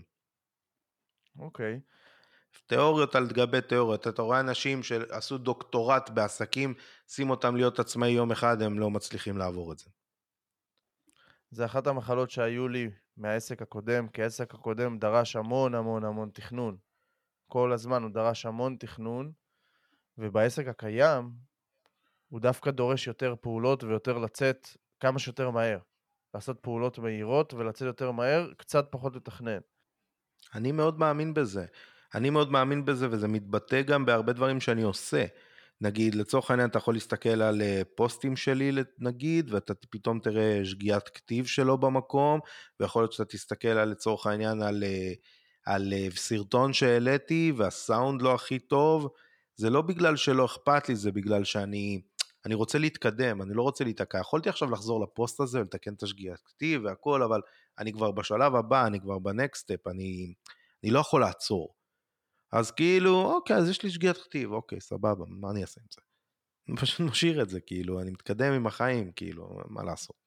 אוקיי. תיאוריות על גבי תיאוריות, אתה רואה אנשים שעשו דוקטורט בעסקים, שים אותם להיות עצמאי יום אחד, הם לא מצליחים לעבור את זה. זה אחת המחלות שהיו לי מהעסק הקודם, כי העסק הקודם דרש המון המון המון תכנון. כל הזמן הוא דרש המון תכנון, ובעסק הקיים הוא דווקא דורש יותר פעולות ויותר לצאת כמה שיותר מהר. לעשות פעולות מהירות ולצאת יותר מהר, קצת פחות לתכנן. אני מאוד מאמין בזה. אני מאוד מאמין בזה, וזה מתבטא גם בהרבה דברים שאני עושה. נגיד, לצורך העניין, אתה יכול להסתכל על אה, פוסטים שלי, נגיד, ואתה פתאום תראה שגיאת כתיב שלו במקום, ויכול להיות שאתה תסתכל על, לצורך העניין, על, אה, על אה, סרטון שהעליתי, והסאונד לא הכי טוב. זה לא בגלל שלא אכפת לי, זה בגלל שאני אני רוצה להתקדם, אני לא רוצה להתעקע. יכולתי עכשיו לחזור לפוסט הזה ולתקן את השגיאת כתיב והכל, אבל אני כבר בשלב הבא, אני כבר בנקסט סטפ, אני, אני לא יכול לעצור. אז כאילו, אוקיי, אז יש לי שגיאת כתיב, אוקיי, סבבה, מה אני אעשה עם זה? אני פשוט משאיר את זה, כאילו, אני מתקדם עם החיים, כאילו, מה לעשות?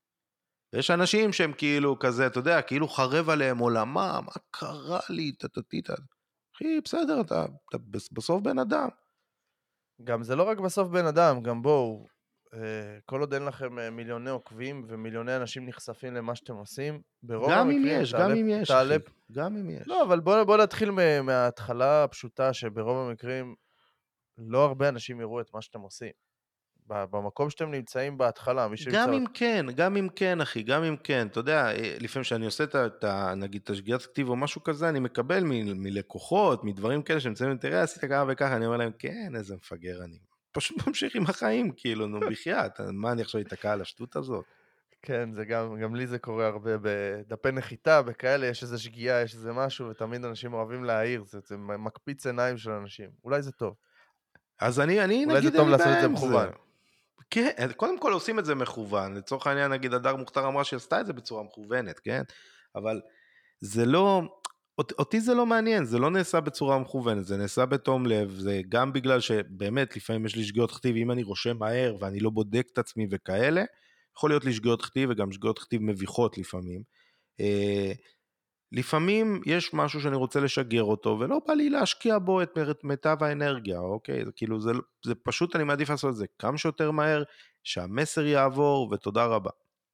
ויש אנשים שהם כאילו כזה, אתה יודע, כאילו חרב עליהם עולמה, מה קרה לי, טטטטט. אחי, בסדר, אתה, אתה בסוף בן אדם. גם זה לא רק בסוף בן אדם, גם בואו, אה, כל עוד אין לכם אה, מיליוני עוקבים ומיליוני אנשים נחשפים למה שאתם עושים, ברוב גם אם המקרים יש, גם תעלה, אם יש, תעלה, אחי, גם אם יש. לא, אבל בואו בוא נתחיל מה- מההתחלה הפשוטה, שברוב המקרים לא הרבה אנשים יראו את מה שאתם עושים. ב- במקום שאתם נמצאים בהתחלה, מי שנמצא... גם אם כן, גם אם כן, אחי, גם אם כן, אתה יודע, לפעמים שאני עושה את ה, את ה- נגיד, את השגיאת כתיב או משהו כזה, אני מקבל מ- מלקוחות, מדברים כאלה שנמצאים, תראה, עשית ככה וככה, אני אומר להם, כן, איזה מפגר אני. פשוט ממשיך עם החיים, כאילו, נו, בחייאת, מה אני עכשיו אתקע על השטות הזאת? כן, זה גם, גם לי זה קורה הרבה בדפי נחיתה, בכאלה, יש איזה שגיאה, יש איזה משהו, ותמיד אנשים אוהבים להעיר, זה, זה מקפיץ עיניים של אנשים. אולי זה טוב. אז אני, אני, אולי זה נגיד, אין טוב לי לעשות את בעיה זה עם זה. מכוון. כן, קודם כל עושים את זה מכוון, לצורך העניין, נגיד, הדר מוכתר אמרה שהיא עשתה את זה בצורה מכוונת, כן? אבל זה לא, אות- אותי זה לא מעניין, זה לא נעשה בצורה מכוונת, זה נעשה בתום לב, זה גם בגלל שבאמת לפעמים יש לי שגיאות כתיב, אם אני רושם מהר ואני לא בודק את עצמי וכאלה, יכול להיות לי שגיאות כתיב וגם שגיאות כתיב מביכות לפעמים. אה, לפעמים יש משהו שאני רוצה לשגר אותו, ולא בא לי להשקיע בו את מ- מיטב האנרגיה, אוקיי? זה כאילו, זה, זה פשוט, אני מעדיף לעשות את זה כמה שיותר מהר, שהמסר יעבור, ותודה רבה.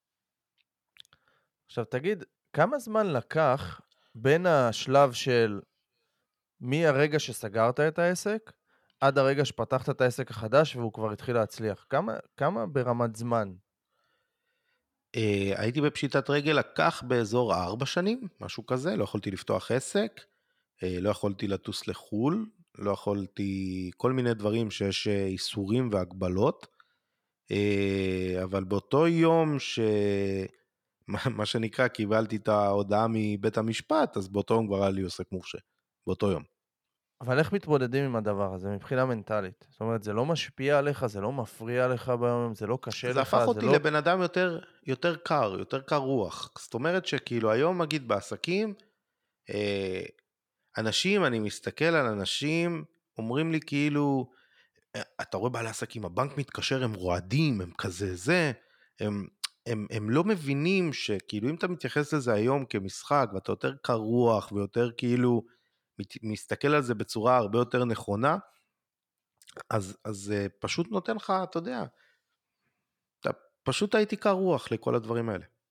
עכשיו תגיד, כמה זמן לקח בין השלב של מהרגע שסגרת את העסק, עד הרגע שפתחת את העסק החדש והוא כבר התחיל להצליח? כמה, כמה ברמת זמן? אה, הייתי בפשיטת רגל, לקח באזור ארבע שנים, משהו כזה, לא יכולתי לפתוח עסק, אה, לא יכולתי לטוס לחול, לא יכולתי, כל מיני דברים שיש אה, איסורים והגבלות, אה, אבל באותו יום ש... מה מה שנקרא, קיבלתי את ההודעה מבית המשפט, אז באותו יום כבר היה לי עוסק מורשה, באותו יום. אבל איך מתמודדים עם הדבר הזה מבחינה מנטלית? זאת אומרת, זה לא משפיע עליך, זה לא מפריע לך ביום, זה לא קשה זה לך, הפך זה אותי לא... לבן אדם יותר, יותר קר, יותר קר רוח. זאת אומרת שכאילו היום, נגיד בעסקים, אה, אנשים, אני מסתכל על אנשים, אומרים לי כאילו, "אה, אתה רואה בעלי עסקים, הבנק מתקשר, הם רועדים, הם כזה זה, הם, הם, הם לא מבינים שכאילו אם אתה מתייחס לזה היום כמשחק, ואתה יותר קר רוח, ויותר כאילו, מת- מסתכל על זה בצורה הרבה יותר נכונה, אז, אז אה, פשוט נותן לך, אתה יודע, אתה פשוט הייתי קר רוח לכל הדברים האלה.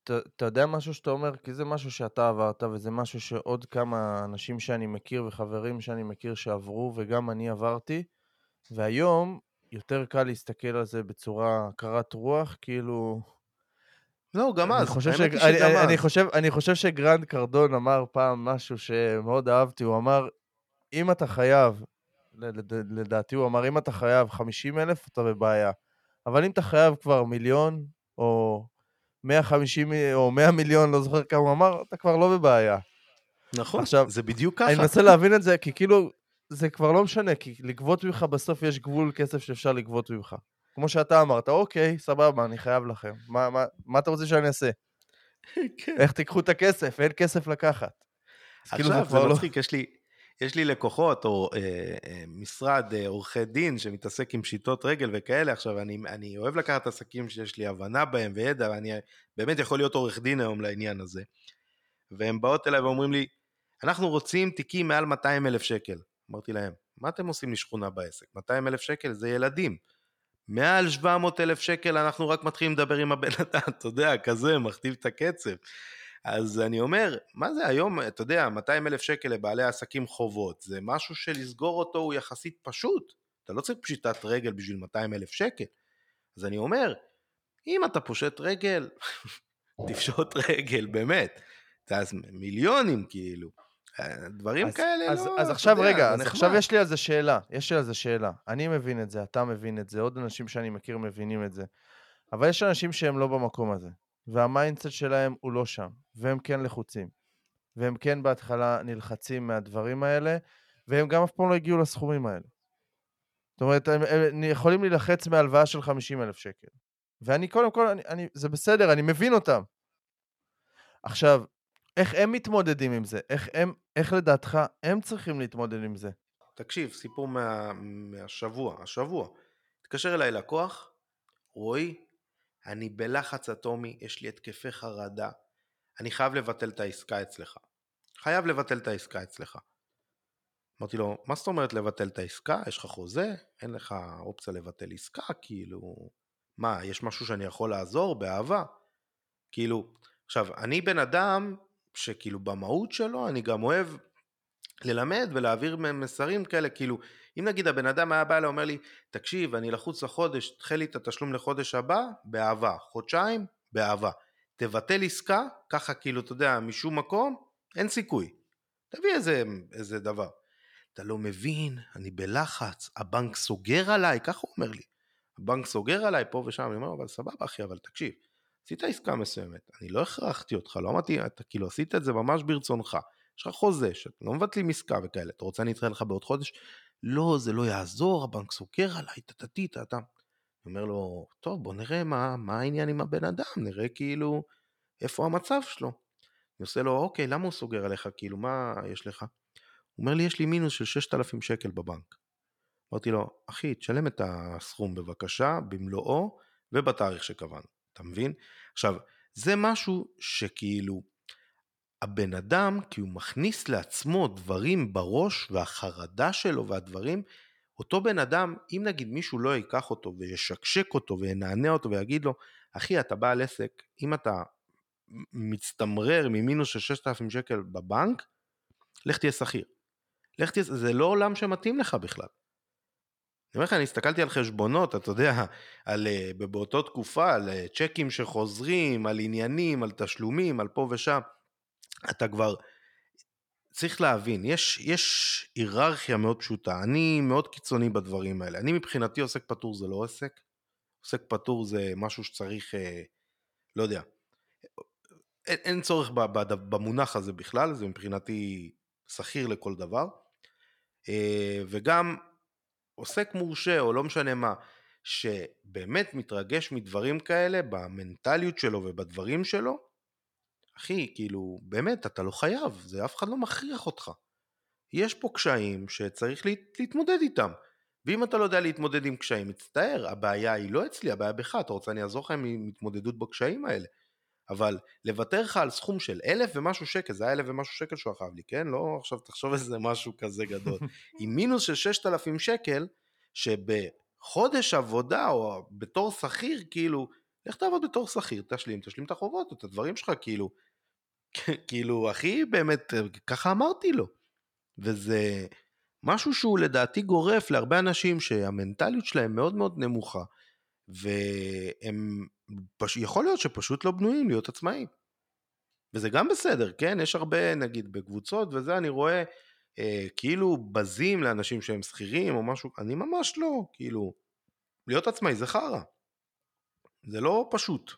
אתה אתה יודע משהו שאתה אומר? כי זה משהו שאתה עברת, וזה משהו שעוד כמה אנשים שאני מכיר וחברים שאני מכיר שעברו, וגם אני עברתי, והיום יותר קל להסתכל על זה בצורה קרת רוח, כאילו, לא, גם אני אז, חושב ש... האמת היא אני, שגם אני, אני אז. חושב, אני חושב שגרנד קרדון אמר פעם משהו שמאוד אהבתי, הוא אמר, אם אתה חייב, ל- לד- לדעתי הוא אמר, אם אתה חייב חמישים אלף, אתה בבעיה. אבל אם אתה חייב כבר מיליון, או מאה וחמישים או מאה מיליון, לא זוכר כמה הוא אמר, אתה כבר לא בבעיה. נכון, עכשיו, זה בדיוק אני ככה. מנסה להבין את זה, כי כאילו, זה כבר לא משנה, כי לגבות ממך בסוף יש גבול כסף שאפשר לגבות ממך. כמו שאתה אמרת, אוקיי, סבבה, אני חייב לכם. מה, מה, מה אתה רוצה שאני אעשה? כן. איך תיקחו את הכסף? אין כסף לקחת. אז כאילו זה עכשיו, זה כבר לא... מצחיק, יש לי, יש לי לקוחות או אה, אה, משרד אה, עורכי דין שמתעסק עם פשיטות רגל וכאלה. עכשיו, אני, אני אוהב לקחת עסקים שיש לי הבנה בהם וידע, ואני באמת יכול להיות עורך דין היום לעניין הזה. והם באות אליי ואומרים לי, אנחנו רוצים תיקים מעל מאתיים אלף שקל. אמרתי להם, מה אתם עושים לי שכונה בעסק? מאתיים אלף שקל זה ילדים. מעל שבע מאות אלף שקל אנחנו רק מתחילים לדבר עם הבן אדם, אתה יודע, כזה, מכתיב את הקצב. אז אני אומר, מה זה היום, אתה יודע, מאתיים אלף שקל לבעלי עסקים חובות, זה משהו שלסגור אותו הוא יחסית פשוט, אתה לא צריך פשיטת רגל בשביל מאתיים אלף שקל. אז אני אומר, אם אתה פושט רגל, תפשוט רגל, באמת. אז מיליונים כאילו, דברים אז, כאלה אז, לא, אז אתה עכשיו יודע, רגע, זה אז עכשיו נחמד. יש לי על זה שאלה, יש לי על זה שאלה. אני מבין את זה, אתה מבין את זה, עוד אנשים שאני מכיר מבינים את זה. אבל יש אנשים שהם לא במקום הזה, והמיינדסט שלהם הוא לא שם, והם כן לחוצים, והם כן בהתחלה נלחצים מהדברים האלה, והם גם אף פעם לא הגיעו לסכומים האלה. זאת אומרת, הם, הם יכולים להילחץ מהלוואה של חמישים אלף שקל. ואני קודם כל, אני, אני, זה בסדר, אני מבין אותם. עכשיו, איך הם מתמודדים עם זה? איך, הם, איך לדעתך הם צריכים להתמודד עם זה? תקשיב, סיפור מה, מהשבוע, השבוע, התקשר אליי לקוח, רועי, אני בלחץ אטומי, יש לי התקפי חרדה, אני חייב לבטל את העסקה אצלך. חייב לבטל את העסקה אצלך. אמרתי לו, מה זאת אומרת לבטל את העסקה? יש לך חוזה? אין לך אופציה לבטל עסקה? כאילו, מה, יש משהו שאני יכול לעזור? באהבה? כאילו, עכשיו, אני בן אדם שכאילו במהות שלו, אני גם אוהב ללמד ולהעביר מסרים כאלה, כאילו, אם נגיד הבן אדם היה בא אליי, אומר לי, תקשיב, אני לחוץ לחודש, תחל לי את התשלום לחודש הבא, באהבה, חודשיים, באהבה, תבטל עסקה, ככה כאילו, אתה יודע, משום מקום, אין סיכוי, תביא איזה, איזה דבר, אתה לא מבין, אני בלחץ, הבנק סוגר עליי, ככה הוא אומר לי, הבנק סוגר עליי פה ושם, אני אומר, אבל סבבה אחי, אבל תקשיב, עשית עסקה מסוימת, אני לא הכרחתי אותך, לא אמרתי, אתה כאילו עשית את זה ממש ברצונך, יש לך חוזה, שאתה לא מבטלים עסקה וכאלה, אתה רוצה אני אתראה לך בעוד חודש? לא, זה לא יעזור, הבנק סוגר עליי, תתתי, תתה. אני אומר לו, טוב, בוא נראה מה, מה העניין עם הבן אדם, נראה כאילו, איפה המצב שלו. אני עושה לו, אוקיי, למה הוא סוגר עליך, כאילו, מה יש לך? הוא אומר לי, יש לי מינוס של ששת אלפים שקל בבנק. אמרתי לו, אחי, תשלם את הסכום בבקשה, במלואו, ובתאריך שקבענו, אתה מבין? עכשיו, זה משהו שכאילו, הבן אדם, כי הוא מכניס לעצמו דברים בראש, והחרדה שלו והדברים, אותו בן אדם, אם נגיד מישהו לא ייקח אותו, וישקשק אותו, וינענע אותו, ויגיד לו, אחי, אתה בעל עסק, אם אתה מצטמרר ממינוס של ששת אלפים שקל בבנק, לך תהיה שכיר. לך תהיה, זה לא עולם שמתאים לך בכלל. אני אומר לך, אני הסתכלתי על חשבונות, אתה יודע, על, באותו תקופה, על צ'קים שחוזרים, על עניינים, על תשלומים, על פה ושם, אתה כבר צריך להבין, יש, יש היררכיה מאוד פשוטה, אני מאוד קיצוני בדברים האלה, אני מבחינתי עוסק פטור זה לא עסק, עוסק פטור זה משהו שצריך, אה, לא יודע, אין, אין צורך במונח הזה בכלל, זה מבחינתי שכיר לכל דבר, אה, וגם עוסק מורשה או לא משנה מה, שבאמת מתרגש מדברים כאלה, במנטליות שלו ובדברים שלו, אחי, כאילו, באמת, אתה לא חייב, זה אף אחד לא מכריח אותך. יש פה קשיים שצריך להת, להתמודד איתם. ואם אתה לא יודע להתמודד עם קשיים, מצטער, הבעיה היא לא אצלי, הבעיה בך, אתה רוצה אני אעזור לך עם התמודדות בקשיים האלה. אבל לוותר לך על סכום של אלף ומשהו שקל, זה היה אלף ומשהו שקל שהוא חייב לי, כן? לא, עכשיו תחשוב איזה משהו כזה גדול. עם מינוס של ששת אלפים שקל, שבחודש עבודה או בתור שכיר, כאילו, לך תעבוד בתור שכיר, תשלים, תשלים את החובות, את הדברים שלך, כאילו, כאילו, אחי, באמת, ככה אמרתי לו. וזה משהו שהוא לדעתי גורף להרבה אנשים שהמנטליות שלהם מאוד מאוד נמוכה, והם, פש... יכול להיות שפשוט לא בנויים להיות עצמאים. וזה גם בסדר, כן? יש הרבה, נגיד, בקבוצות, וזה אני רואה, אה, כאילו בזים לאנשים שהם שכירים או משהו, אני ממש לא, כאילו, להיות עצמאי זה חרא. זה לא פשוט.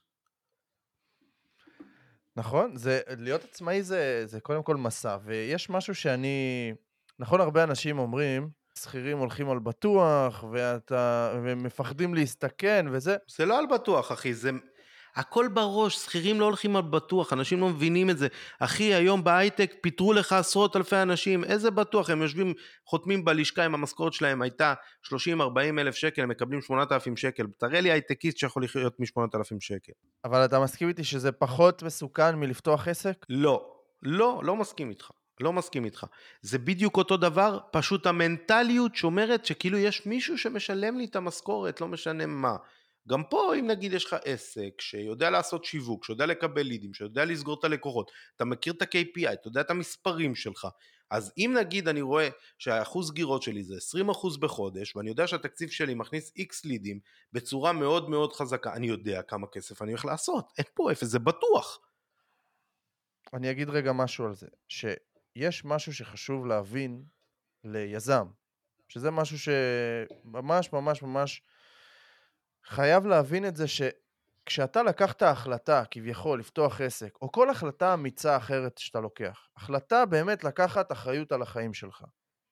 נכון, זה, להיות עצמאי זה, זה קודם כל מסע, ויש משהו שאני, נכון, הרבה אנשים אומרים, שכירים הולכים על בטוח, ואתה, והם מפחדים להסתכן, וזה, זה לא על בטוח, אחי, זה... הכל בראש, שכירים לא הולכים על בטוח, אנשים לא מבינים את זה. אחי, היום בהייטק פיטרו לך עשרות אלפי אנשים, איזה בטוח? הם יושבים, חותמים בלשכה עם המשכורת שלהם, הייתה שלושים ארבעים אלף שקל, הם מקבלים שמונת אלפים שקל. תראה לי הייטקיסט שיכול לחיות מ-שמונת אלפים שקל. אבל אתה מסכים איתי שזה פחות מסוכן מלפתוח עסק? לא, לא, לא מסכים איתך. לא מסכים איתך. זה בדיוק אותו דבר, פשוט המנטליות שומרת שכאילו יש מישהו שמשלם לי את המשכורת, לא משנה מה. גם פה, אם נגיד יש לך עסק שיודע לעשות שיווק, שיודע לקבל לידים, שיודע לסגור את הלקוחות, אתה מכיר את ה-קיי פי איי, אתה יודע את המספרים שלך, אז אם נגיד אני רואה שהאחוז סגירות שלי זה עשרים אחוז בחודש, ואני יודע שהתקציב שלי מכניס X לידים בצורה מאוד מאוד חזקה, אני יודע כמה כסף אני הולך לעשות, אין פה אפס, זה בטוח. אני אגיד רגע משהו על זה, שיש משהו שחשוב להבין ליזם, שזה משהו שממש ממש ממש חייב להבין את זה, שכשאתה לקחת החלטה כביכול לפתוח עסק, או כל החלטה אמיצה אחרת שאתה לוקח, החלטה באמת לקחת אחריות על החיים שלך,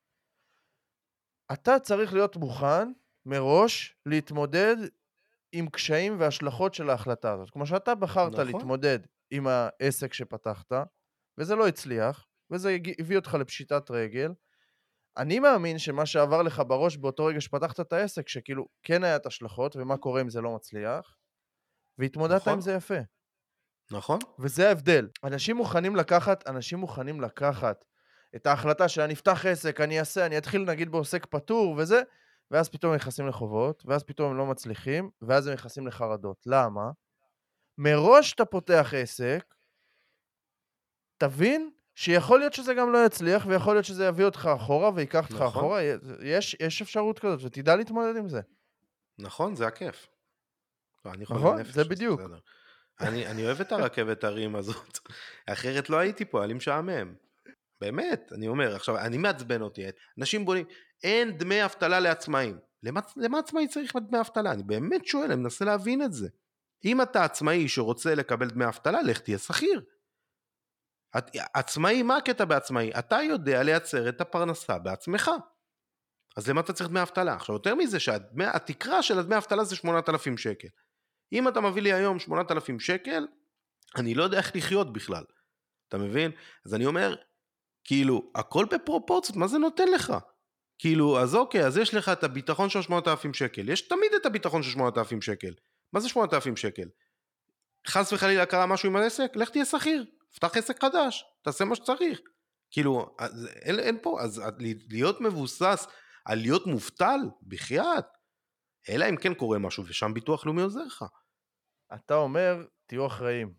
אתה צריך להיות מוכן מראש להתמודד עם קשיים והשלכות של ההחלטה הזאת. כמו שאתה בחרת נכון? להתמודד עם העסק שפתחת, וזה לא הצליח, וזה הביא אותך לפשיטת רגל, אני מאמין שמה שעבר לך בראש באותו רגע שפתחת את העסק, שכאילו כן היה את השלכות, ומה קורה אם זה לא מצליח, והתמודדת עם נכון? זה יפה. נכון? וזה ההבדל. אנשים מוכנים לקחת, אנשים מוכנים לקחת את ההחלטה שאני אפתח עסק, אני אעשה, אני אתחיל נגיד בעוסק פטור וזה, ואז פתאום הם נכנסים לחובות, ואז פתאום הם לא מצליחים, ואז הם נכנסים לחרדות. למה? מראש אתה פותח עסק, תבין שיכול להיות שזה גם לא יצליח, ויכול להיות שזה יביא אותך אחורה, ויקח אותך נכון? אחורה, יש, יש אפשרות כזאת, ותדע להתמודד עם זה. נכון, זה הכיף. לא, אני חולה נכון? זה נפש, אז בדיוק. בסדר. אני, אני אוהב את הרכבת הרים הזאת, אחרת לא הייתי פה, היה לי משעמם. באמת, אני אומר, עכשיו, אני מעצבן אותי, אנשים בונים, אין דמי אבטלה לעצמאים. למה, למה עצמאי צריך דמי אבטלה? אני באמת שואל, אני מנסה להבין את זה. אם אתה עצמאי שרוצה לקבל דמי אבטלה, לך תהיה שכיר. את- עצמאי, מה הקטע בעצמאי? אתה יודע לייצר את הפרנסה בעצמך. אז למה אתה צריך דמי אבטלה? עכשיו, יותר מזה, שהתקרה של הדמי אבטלה זה שמונת אלפים שקל. אם אתה מביא לי היום שמונת אלפים שקל, אני לא יודע איך לחיות בכלל. אתה מבין? אז אני אומר, כאילו, הכל בפרופורציות, מה זה נותן לך? כאילו, אז אוקיי, אז יש לך את הביטחון של שמונת אלפים שקל. יש תמיד את הביטחון של שמונת אלפים שקל. מה זה שמונת אלפים שקל? חס וחלילה קרה משהו עם העסק? לך תהיה שכיר. פתח עסק חדש. תעשה מה שצריך. כאילו, אז, אין, אין פה, אז להיות מבוסס על להיות מובטל, בחייאת. אלא אם כן קורה משהו, ושם ביטוח לאומי עוזר לך. אתה אומר, תהיו אחראים.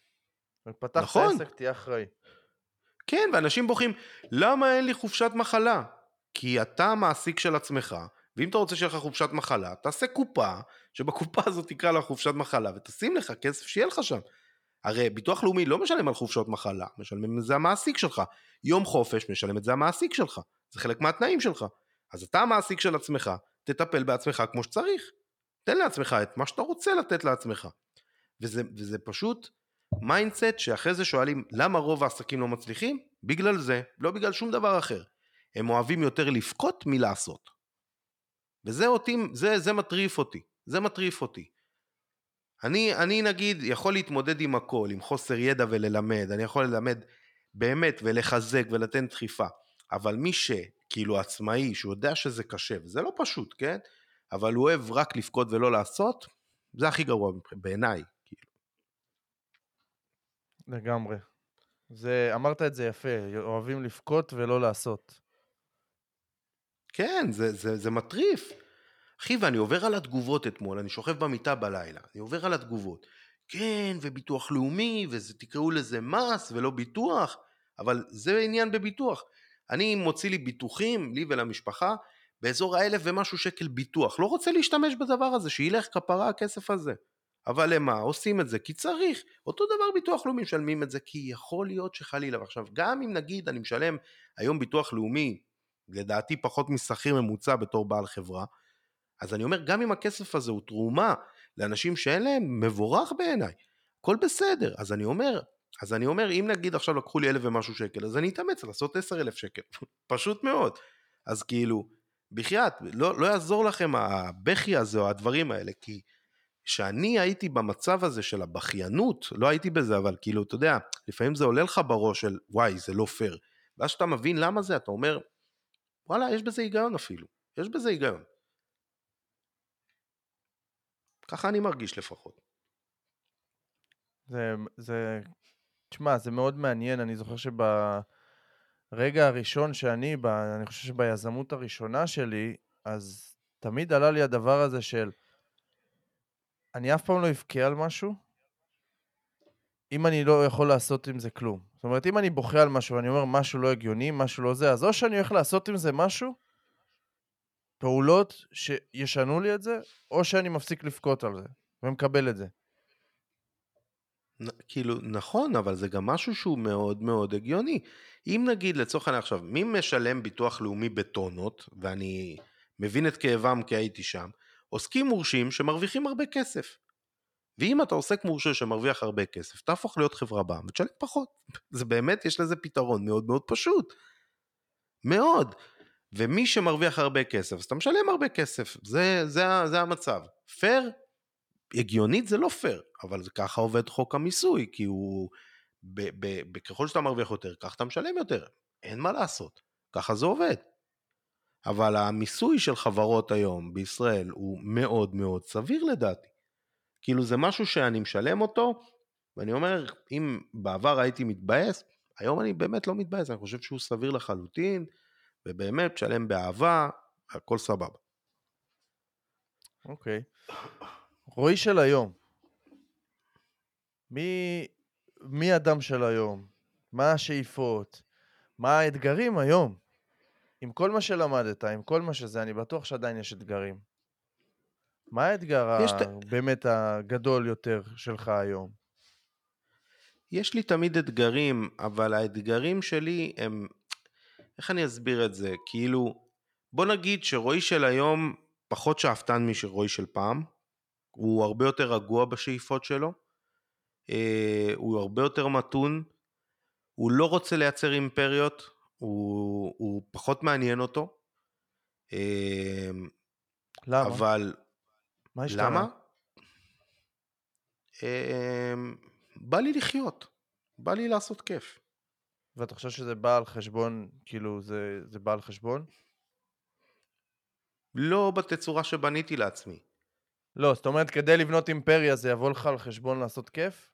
פתחת נכון. עסק, תהיה אחראי. כן, ואנשים בוכים, למה אין לי חופשת מחלה? כי אתה המעסיק של עצמך, ואם אתה רוצה שיהיה לך חופשת מחלה, תעשה קופה, שבקופה הזאת תקרא לה חופשת מחלה, ותשים לך כסף שיהיה לך שם. הרי ביטוח לאומי לא משלם על חופשות מחלה, משלם את זה המעסיק שלך. יום חופש משלם את זה המעסיק שלך. זה חלק מהתנאים שלך. אז אתה המעסיק של עצמך, תטפל בעצמך כמו שצריך. תן לעצמך את מה שאתה רוצה לתת לעצמך. וזה, וזה פשוט מיינדסט שאחרי זה שואלים למה רוב העסקים לא מצליחים? בגלל זה, לא בגלל שום דבר אחר. הם אוהבים יותר לפקות מלעשות. וזה אותי, זה, זה מטריף אותי. זה מטריף אותי. אני, אני נגיד יכול להתמודד עם הכל, עם חוסר ידע וללמד, אני יכול ללמד באמת ולחזק ולתן דחיפה, אבל מי שכאילו עצמאי, שהוא יודע שזה קשה, וזה לא פשוט, כן? אבל הוא אוהב רק לפקוד ולא לעשות, זה הכי גרוע בעיניי. כאילו. לגמרי. זה, אמרת את זה יפה, אוהבים לפקות ולא לעשות. כן, זה, זה, זה מטריף. אחי, ואני עובר על התגובות אתמול, אני שוכב במיטה בלילה, אני עובר על התגובות. כן, וביטוח לאומי, ותקראו לזה מס ולא ביטוח, אבל זה עניין בביטוח. אני מוציא לי ביטוחים, לי ולמשפחה, באזור האלף ומשהו שקל ביטוח. לא רוצה להשתמש בדבר הזה, שילך כפרה הכסף הזה. אבל למה? עושים את זה כי צריך. אותו דבר ביטוח לאומי משלמים את זה, כי יכול להיות שחלילה. ועכשיו, גם אם נגיד אני משלם היום ביטוח לאומי, לדעתי פחות משכיר ממוצע בתור בעל חברה, אז אני אומר, גם אם הכסף הזה הוא תרומה לאנשים שאין להם, מבורך בעיניי, הכל בסדר. אז אני אומר, אז אני אומר, אם נגיד עכשיו לקחו לי אלף ומשהו שקל, אז אני אתאמץ לעשות עשר אלף שקל, פשוט מאוד. אז כאילו, בחייאת, לא, לא יעזור לכם הבכי הזה או הדברים האלה, כי שאני הייתי במצב הזה של הבכיינות, לא הייתי בזה, אבל כאילו, אתה יודע, לפעמים זה עולה לך בראש של, וואי, זה לא פייר. ואז שאתה מבין למה זה, אתה אומר, וואלה, יש בזה היגיון אפילו, יש בזה היגיון. ככה אני מרגיש לפחות. זה, זה, תשמע, זה מאוד מעניין. אני זוכר שברגע הראשון שאני, ב, אני חושב שביזמות הראשונה שלי, אז תמיד עלה לי הדבר הזה של, אני אף פעם לא אבכה על משהו, אם אני לא יכול לעשות עם זה כלום. זאת אומרת, אם אני בוכה על משהו, ואני אומר משהו לא הגיוני, משהו לא זה, אז או שאני הולך לעשות עם זה משהו, פעולות שישנו לי את זה, או שאני מפסיק לבכות על זה, ומקבל את זה. כאילו, נכון, אבל זה גם משהו שהוא מאוד מאוד הגיוני. אם נגיד, לצורך העניין עכשיו, מי משלם ביטוח לאומי בטונות, ואני מבין את כאבם כי הייתי שם, עוסקים מורשים שמרוויחים הרבה כסף. ואם אתה עוסק מורשה שמרוויח הרבה כסף, תהפוך להיות חברה בעם ותשלם פחות. זה באמת, יש לזה פתרון מאוד מאוד פשוט. מאוד. ומי שמרוויח הרבה כסף, אז אתה משלם הרבה כסף. זה, זה, זה המצב. פייר? הגיונית זה לא פייר, אבל זה ככה עובד חוק המיסוי, כי הוא, ב, ב, ב, ככל שאתה מרוויח יותר, ככה אתה משלם יותר. אין מה לעשות. ככה זה עובד. אבל המיסוי של חברות היום בישראל הוא מאוד מאוד סביר לדעתי. כאילו זה משהו שאני משלם אותו, ואני אומר, אם בעבר הייתי מתבאס, היום אני באמת לא מתבאס, אני חושב שהוא סביר לחלוטין, ובאמת משלם באהבה, הכל סבבה. אוקיי. רועי של היום. מי, מי אדם של היום? מה השאיפות? מה האתגרים היום? עם כל מה שלמדת, עם כל מה שזה, אני בטוח שעדיין יש אתגרים. מה האתגר יש, באמת הגדול יותר שלך היום? יש לי תמיד אתגרים, אבל האתגרים שלי הם, איך אני אסביר את זה? כאילו, בוא נגיד שרועי של היום פחות שאפתן משרועי של פעם, הוא הרבה יותר רגוע בשאיפות שלו, הוא הרבה יותר מתון, הוא לא רוצה לייצר אימפריות, הוא, הוא פחות מעניין אותו. למה? אבל... מה השתנה? למה? בא לי לחיות, בא לי לעשות כיף. ואתה חושב שזה בא על חשבון, כאילו זה, זה בא על חשבון? לא בתצורה שבניתי לעצמי. לא, זאת אומרת, כדי לבנות אימפריה זה יבוא לך על חשבון לעשות כיף?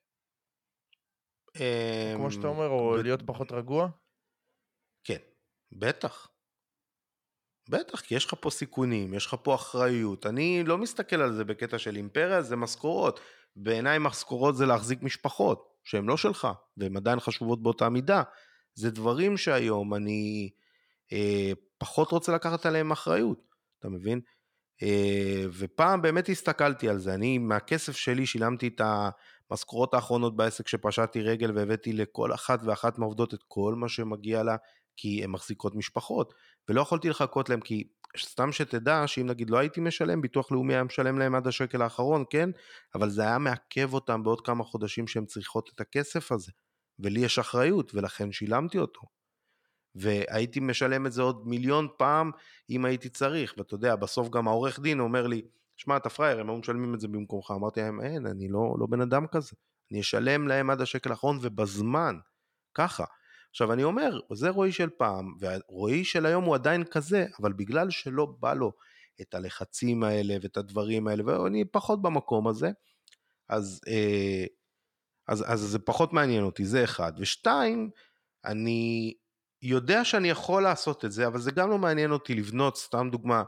כמו שאתה אומר, או להיות פחות רגוע? כן, בטח. בטח, כי יש לך פה סיכונים, יש לך פה אחריות. אני לא מסתכל על זה בקטע של אימפריה, זה משכורות. בעיניי משכורות זה להחזיק משפחות, שהן לא שלך, והן עדיין חשובות באותה מידה. זה דברים שהיום אני אה, פחות רוצה לקחת עליהם אחריות, אתה מבין? אה, ופעם באמת הסתכלתי על זה, אני מהכסף שלי שילמתי את המשכורות האחרונות בעסק שפשעתי רגל, והבאתי לכל אחת ואחת מהעובדות את כל מה שמגיע לה, כי הן מחזיקות משפחות, ולא יכולתי לחכות להם, כי סתם שתדע שאם נגיד לא הייתי משלם, ביטוח לאומי היה משלם להם עד השקל האחרון, כן? אבל זה היה מעכב אותם בעוד כמה חודשים שהם צריכות את הכסף הזה, ולי יש אחריות, ולכן שילמתי אותו. והייתי משלם את זה עוד מיליון פעם אם הייתי צריך, ואתה יודע, בסוף גם העורך דין אומר לי, שמע, אתה פרייר, הם לא משלמים את זה במקומך. אמרתי להם, אין, אני לא, לא בן אדם כזה, אני אשלם להם עד השקל האחרון ובזמן, ככה. עכשיו אני אומר, זה רועי של פעם, והרועי של היום הוא עדיין כזה, אבל בגלל שלא בא לו את הלחצים האלה ואת הדברים האלה, ואני פחות במקום הזה, אז, אה, אז, אז זה פחות מעניין אותי, זה אחד. ושתיים, אני יודע שאני יכול לעשות את זה, אבל זה גם לא מעניין אותי לבנות, סתם דוגמה,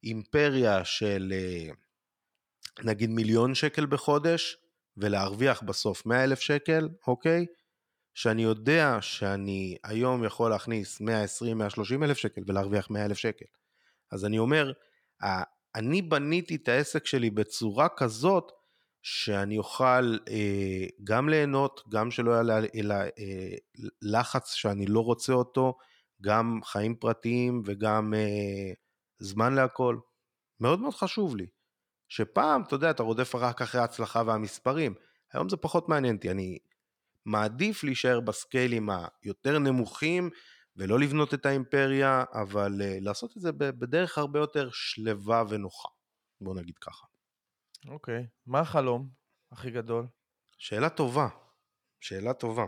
אימפריה של נגיד מיליון שקל בחודש, ולהרוויח בסוף מאה אלף שקל, אוקיי? שאני יודע שאני היום יכול להכניס מאה ועשרים מאה ושלושים אלף שקל ולהרוויח מאה אלף שקל. אז אני אומר, אני בניתי את העסק שלי בצורה כזאת, שאני אוכל אה, גם ליהנות, גם שלא יהיה אלא, אה, לחץ שאני לא רוצה אותו, גם חיים פרטיים וגם אה, זמן להכל. מאוד מאוד חשוב לי. שפעם, אתה יודע, אתה רודף רק אחרי ההצלחה והמספרים. היום זה פחות מעניין אותי. אני מעדיף להישאר בסקיילים היותר נמוכים, ולא לבנות את האימפריה, אבל uh, לעשות את זה בדרך הרבה יותר שלווה ונוחה. בוא נגיד ככה. אוקיי. Okay. מה החלום הכי גדול? שאלה טובה. שאלה טובה.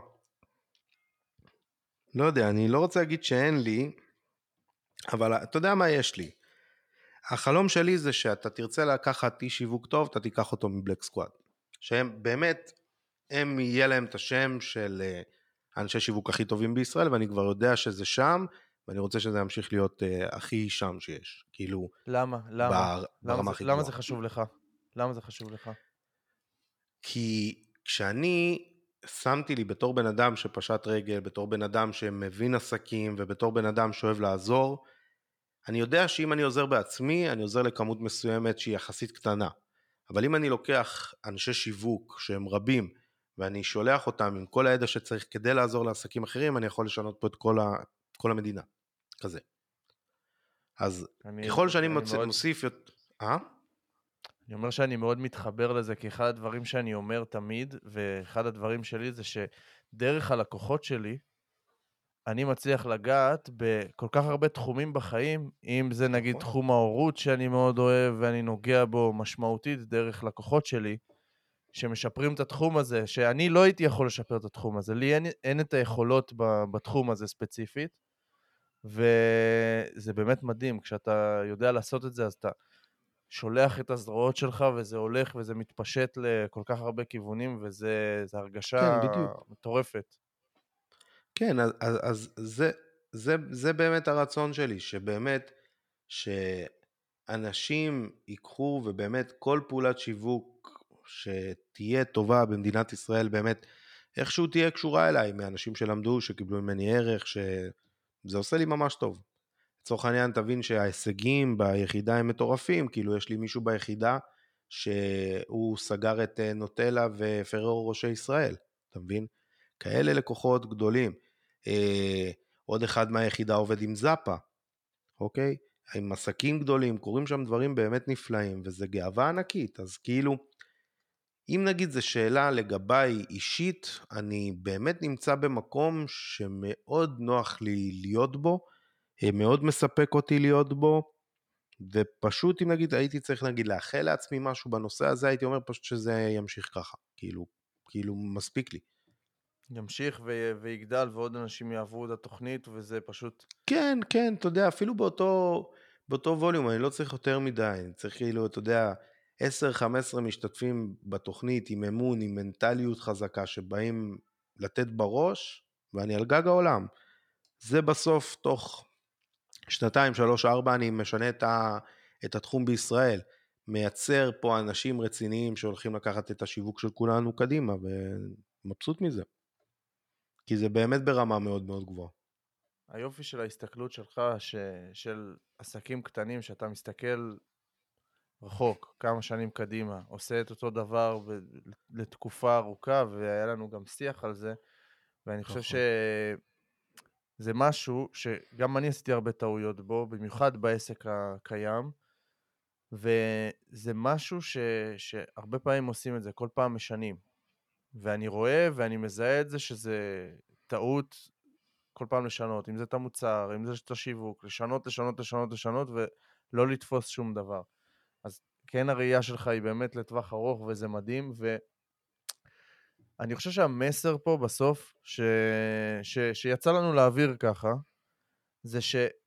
לא יודע, אני לא רוצה להגיד שאין לי, אבל אתה יודע מה יש לי. החלום שלי זה שאתה תרצה לקחת אי שיווק טוב, אתה תיקח אותו מבלק סקואד. שהם באמת, הם יהיה להם את השם של אנשי שיווק הכי טובים בישראל, ואני כבר יודע שזה שם, ואני רוצה שזה ימשיך להיות uh, הכי שם שיש. כאילו, למה? למה? בר, למה, ברמה זה, הכי למה גבוהה. זה חשוב לך? למה זה חשוב לך? כי כשאני שמתי לי בתור בן אדם שפשט רגל, בתור בן אדם שמבין עסקים, ובתור בן אדם שאוהב לעזור, אני יודע שאם אני עוזר בעצמי, אני עוזר לכמות מסוימת שהיא יחסית קטנה. אבל אם אני לוקח אנשי שיווק שהם רבים, ואני שולח אותם עם כל הידע שצריך כדי לעזור לעסקים אחרים, אני יכול לשנות פה את כל, ה, כל המדינה. כזה. אז אני, ככל שאני אני מוצ... מאוד... מוסיף... אה? אני אומר שאני מאוד מתחבר לזה, כי אחד הדברים שאני אומר תמיד, ואחד הדברים שלי זה שדרך הלקוחות שלי, אני מצליח לגעת בכל כך הרבה תחומים בחיים, אם זה נגיד נכון. תחום ההורות שאני מאוד אוהב, ואני נוגע בו משמעותית דרך לקוחות שלי, שמשפרים את התחום הזה, שאני לא הייתי יכול לשפר את התחום הזה, לי אין, אין את היכולות בתחום הזה ספציפית, וזה באמת מדהים, כשאתה יודע לעשות את זה, אז אתה שולח את הזרועות שלך, וזה הולך וזה מתפשט לכל כך הרבה כיוונים, וזה הרגשה כן, בדיוק. מטורפת. כן, אז, אז, אז זה, זה, זה באמת הרצון שלי, שבאמת, שאנשים ייקחו, ובאמת כל פעולת שיווק שתהיה טובה במדינת ישראל, באמת, איכשהו תהיה קשורה אליי, מאנשים שלמדו, שקיבלו ממני ערך, שזה עושה לי ממש טוב. לצורך העניין, תבין שההישגים ביחידה הם מטורפים, כאילו יש לי מישהו ביחידה, שהוא סגר את נוטלה ופררו ראשי ישראל, אתה מבין? כאלה לקוחות גדולים. אה, עוד אחד מהיחידה עובד עם זאפה, אוקיי? עם עסקים גדולים, קוראים שם דברים באמת נפלאים, וזה גאווה ענקית, אז כאילו, אם נגיד זו שאלה לגביי אישית, אני באמת נמצא במקום שמאוד נוח לי להיות בו, מאוד מספק אותי להיות בו, ופשוט אם נגיד הייתי צריך נגיד לאחל לעצמי משהו בנושא הזה, הייתי אומר פשוט שזה ימשיך ככה, כאילו, כאילו מספיק לי. ימשיך ו- ויגדל, ועוד אנשים יעברו את התוכנית, וזה פשוט... כן, כן, אתה יודע, אפילו באותו, באותו ווליום, אני לא צריך יותר מדי, אני צריך כאילו, אתה יודע, עשר חמש עשרה משתתפים בתוכנית, עם אמון, עם מנטליות חזקה, שבאים לתת בראש, ואני על גג העולם. זה בסוף, תוך שנתיים, שלוש, ארבע, אני משנה את, ה, את התחום בישראל, מייצר פה אנשים רציניים, שהולכים לקחת את השיווק של כולנו קדימה, ומבסוט מזה. כי זה באמת ברמה מאוד מאוד גבוהה. היופי של ההסתכלות שלך, ש... של עסקים קטנים, שאתה מסתכל רחוק, כמה שנים קדימה, עושה את אותו דבר ב... לתקופה ארוכה, והיה לנו גם שיח על זה, ואני חושב נכון. שזה משהו שגם אני עשיתי הרבה טעויות בו, במיוחד בעסק הקיים, וזה משהו ש... שהרבה פעמים עושים את זה, כל פעם משנים. ואני רואה ואני מזהה את זה שזה טעות כל פעם לשנות, אם זה את המוצר, אם זה את השיווק, לשנות, לשנות, לשנות, לשנות, ולא לתפוס שום דבר. אז כן, הראייה שלך היא באמת לטווח ארוך, וזה מדהים, ואני חושב שהמסר פה בסוף, ש... ש... שיצא לנו להעביר ככה, זה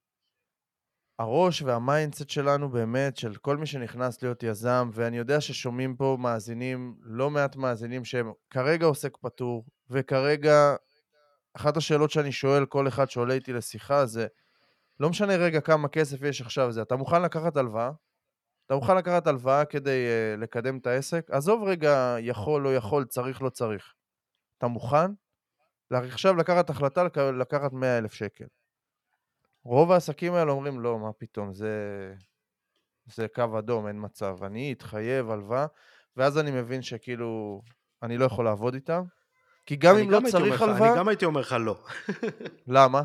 שהראש והמיינדסט שלנו באמת, של כל מי שנכנס להיות יזם, ואני יודע ששומעים פה מאזינים, לא מעט מאזינים שהם כרגע עוסק פטור, וכרגע אחת השאלות שאני שואל כל אחד שעולה איתי לשיחה זה, לא משנה רגע כמה כסף יש עכשיו זה, אתה מוכן לקחת הלוואה? אתה מוכן לקחת הלוואה כדי uh, לקדם את העסק? עזוב רגע יכול, לא יכול, צריך, לא צריך. אתה מוכן? עכשיו לקחת החלטה לק- לקחת מאה אלף שקל. רוב העסקים האלה אומרים, לא, מה פתאום, זה, זה קו אדום, אין מצב. אני אתחייב הלוואה, ואז אני מבין שכאילו, אני לא יכול לעבוד איתם, כי גם אני אם לא גם הייתי אומר צריך לך, אני הלוואה, גם הייתי אומר לך לא. למה?